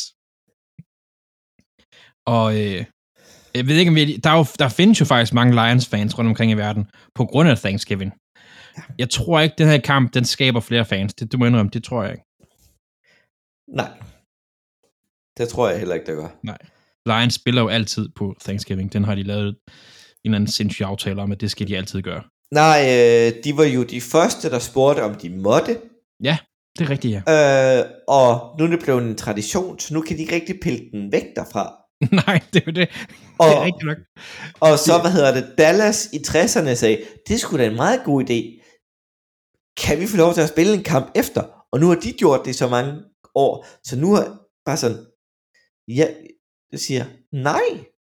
Og jeg ved ikke, om der findes jo faktisk mange Lions-fans rundt omkring i verden, på grund af Thanksgiving. Jeg tror ikke, den her kamp, den skaber flere fans. Det må jeg indrømme, det tror jeg ikke. Nej. Det tror jeg heller ikke, der gør. Nej. Lions spiller jo altid på Thanksgiving. Den har de lavet en eller anden sindssyg aftale om, at det skal de altid gøre. Nej, de var jo de første, der spurgte, om de måtte. Ja, det er rigtigt, ja. Og nu er det blevet en tradition, så nu kan de ikke rigtig pille den væk derfra. Nej, det er jo det. Det er rigtigt nok. Og så, Dallas i 60'erne sagde, det er sgu da en meget god idé. Kan vi få lov til at spille en kamp efter? Og nu har de gjort det så mange år, så nu er bare sådan, ja, det siger, nej.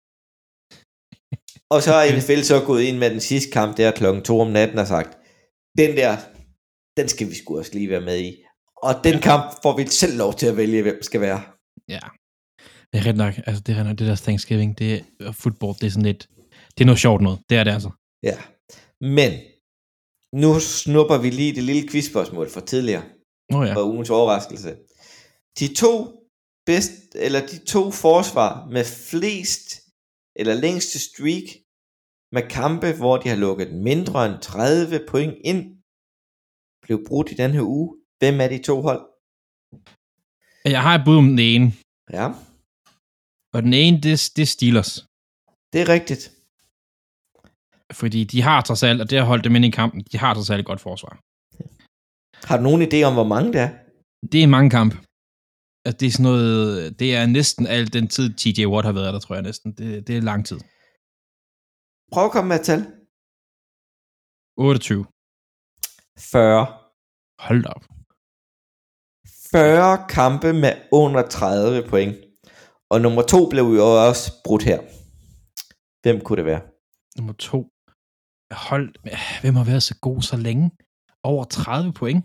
Og så er NFL så gået ind med den sidste kamp der klokken 2 om natten og sagt, den skal vi sgu også lige være med i. Og den kamp får vi selv lov til at vælge, hvem skal være. Ja, det er ret nok. Altså, det er nok det der Thanksgiving, det er football, det er sådan lidt, det er noget sjovt noget. Det er det altså. Ja, men nu snupper vi lige det lille quizspørgsmål fra tidligere. Og ugens overraskelse. De to forsvar med flest eller længste streak med kampe, hvor de har lukket mindre end 30 point ind, blev brudt i den her uge. Hvem er de to hold? Jeg har et bud om den ene. Ja. Og den ene, det er Steelers. Det er rigtigt. Fordi de har trods alt, og det har holdt dem ind i kampen, de har trods alt et godt forsvar. Har du nogen idé om, hvor mange det er? Det er mange kamp. Altså, det er sådan noget, det er næsten al den tid, TJ Watt har været der, tror jeg næsten. Det er lang tid. Prøv at komme med et tal. 28. 40. Hold op. 40 kampe med under 30 point. Og nummer 2 blev jo også brudt her. Hvem kunne det være? Nummer 2. Hvem har været så god så længe? Over 30 point?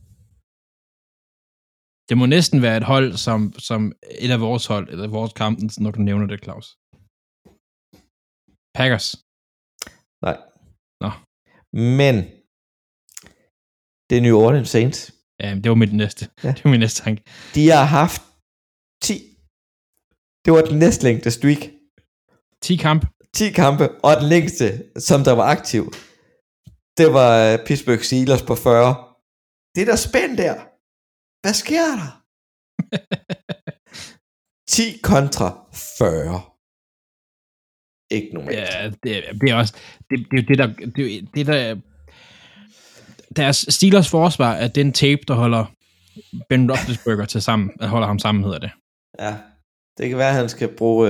Det må næsten være et hold, som et af vores hold, eller vores kampen, når du nævner det, Claus. Packers. Nej. Nå. Men det er New Orleans Saints. Ja, det var mit næste. Ja. Det var min næste tanke. De har haft 10. Det var den næstlængste streak. 10 kampe. 10 kampe, og den længste, som der var aktiv, det var Pittsburgh Steelers på 40. Det er der spændt der. Hvad sker der? 10 kontra 40. Ikke normalt. Ja, det er også det der deres Steelers forsvar er den tape, der holder Ben Roethlisberger til sammen, at holder ham sammen, hedder det. Ja, det kan være, at han skal bruge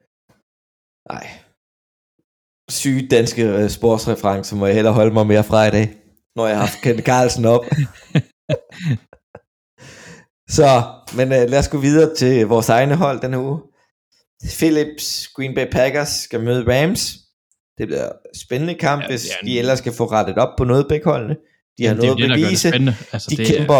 syge danske sportsreferencer, må jeg hellere holde mig mere fra i dag, når jeg har haft Kent Carlsen op. Så, men lad os gå videre til vores egne hold denne uge. Phillips Green Bay Packers skal møde Rams. Det bliver spændende kamp, hvis de ellers skal få rettet op på noget begge holdene. De har noget at bevise. Altså, de kæmper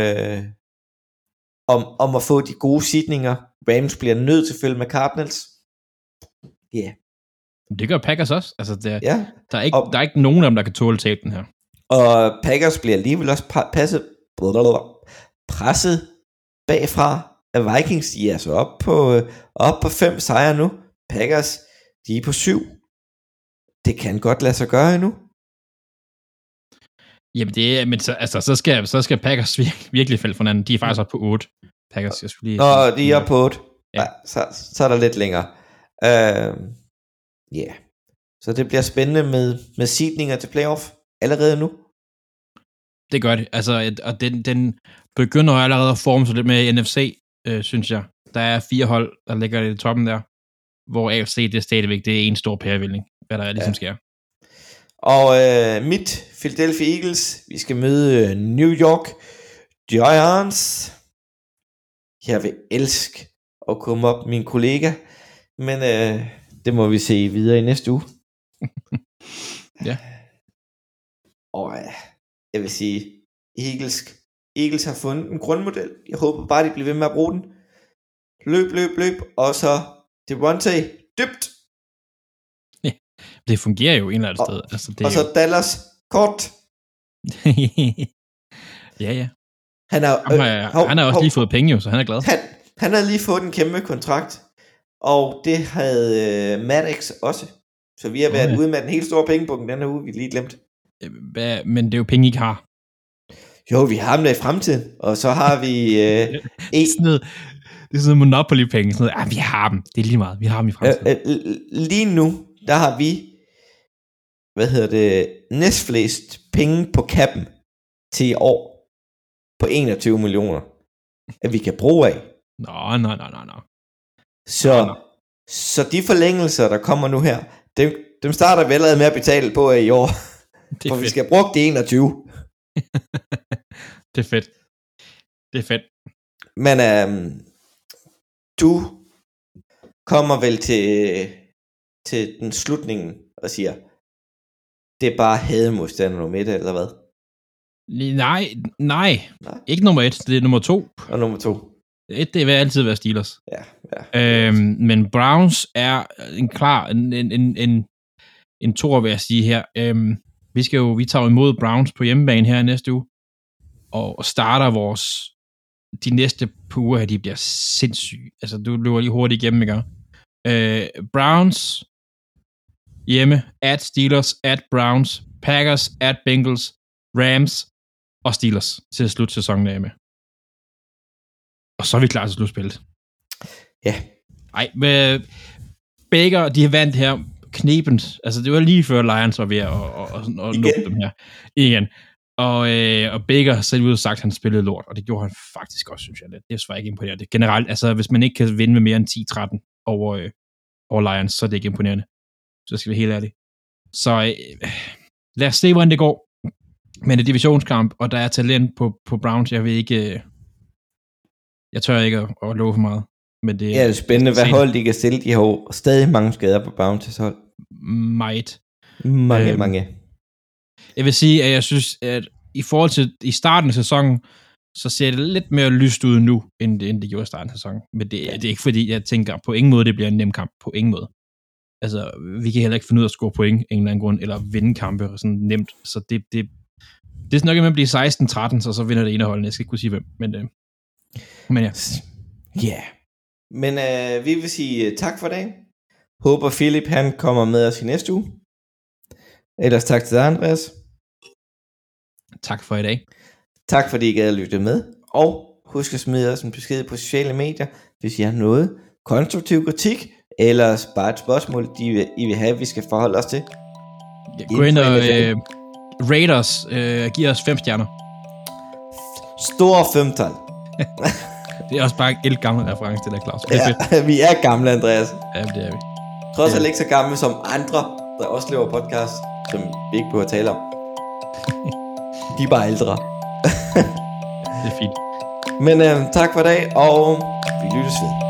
om at få de gode sidninger. Rams bliver nødt til at følge med Cardinals. Ja. Yeah. Det gør Packers også. Altså, der er ikke nogen af dem, der kan tåle tabe den her. Og Packers bliver alligevel også presset bagfra af Vikings. De er altså op på 5 sejre nu. Packers, de er på 7. Det kan godt lade sig gøre endnu. Jamen men så skal Packers virkelig falde for hinanden. De er faktisk oppe på 8. Packers, jeg skulle lige... Nå, de er på 8. Ja. Så er der lidt længere. Yeah. Så det bliver spændende med seedninger til playoff allerede nu. Det gør det. Altså, og den begynder allerede at forme sig lidt med NFC, synes jeg. Der er 4 hold, der ligger i toppen der, hvor AFC, det er stadigvæk det er en stor pærevælling, hvad der ligesom sker. Og mit Philadelphia Eagles, vi skal møde New York Giants. Jeg vil elske at komme op min kollega, men det må vi se videre i næste uge. Ja. Og jeg vil sige, Eagles har fundet en grundmodel. Jeg håber bare, de bliver ved med at bruge den. Løb, og så Devontae dybt. Ja, det fungerer jo en eller anden sted. Altså, det og så jo... Dallas kort. Ja. Han har også lige fået penge jo, så han er glad. Han havde lige fået en kæmpe kontrakt, og det havde Maddox også. Så vi har været ude med den helt store pengebunken denne uge, vi lige glemt. Men det er jo penge, I ikke har. Jo, vi har dem der i fremtiden, og så har vi... det er sådan Monopoly-penge. Vi har dem. Det er lige meget. Vi har dem i fremtiden. Lige nu, der har vi, næstflest penge på kappen til i år på 21 millioner, at vi kan bruge af. Nå. Så de forlængelser, der kommer nu her, dem starter vi allerede med at betale på af i år. For vi skal bruge de 21. Det er fedt. Men du kommer vel til den slutningen og siger, det er bare hademodstander nummer 1, eller hvad? Nej. Ikke nummer 1, det er nummer 2. Og nummer 2. 1, det vil altid være Steelers. Ja. Men Browns er en toer, vil jeg sige her. Vi tager imod Browns på hjemmebane her næste uge, og starter de næste par uger her, de bliver sindssyge. Altså, du løber lige hurtigt igennem, ikke? Browns hjemme, at Steelers, at Browns, Packers, at Bengals, Rams og Steelers til slut sæsonen af med. Og så er vi klar til slutspillet. Ja. Ej, Baker, de har vandt her knebent. Altså, det var lige før Lions var ved at nå dem her. Igen. Og Baker selv ud og sagt, at han spillede lort, og det gjorde han faktisk også, synes jeg. Det er svært ikke imponerende. Generelt, altså, hvis man ikke kan vinde med mere end 10-13 over Lions, så er det ikke imponerende. Så skal vi helt ærligt. Så lad os se, hvordan det går. Men det er divisionskamp, og der er talent på Browns. Jeg vil ikke... Jeg tør ikke at love for meget. Men det er spændende, hvad hold de kan stille. De har jo stadig mange skader på Browns hold. Meget. Mange. Jeg vil sige, at jeg synes, at i forhold til i starten af sæsonen, så ser det lidt mere lyst ud nu, end det gjorde i starten af sæsonen. Men det er ikke fordi, jeg tænker, på ingen måde, det bliver en nem kamp. På ingen måde. Altså, vi kan heller ikke finde ud af at score point af en eller anden grund, eller vinde kampe sådan nemt. Så det er sådan nok, at man bliver 16-13, så vinder det ene hold. Jeg skal ikke kunne sige hvem, men ja. Ja. Men vi vil sige tak for dagen. Håber Philip han kommer med os i næste uge. Ellers tak til dig, Andreas. Tak for i dag. Tak fordi I gad at lytte med. Og husk at smide os en besked på sociale medier. hvis I har noget konstruktiv kritik, eller bare et spørgsmål, I vil have, vi skal forholde os til. Gå ind og rate os, giv os 5 stjerner. Store 5-tal. Det er også bare en gammel reference til det, Claus. Ja, vi er gamle, Andreas. Ja, det er vi. Trods alt ikke så gamle som andre, der også laver podcast, som vi ikke behøver at tale om. De er bare ældre. Det er fint. Men tak for i dag, og vi lyttes ved.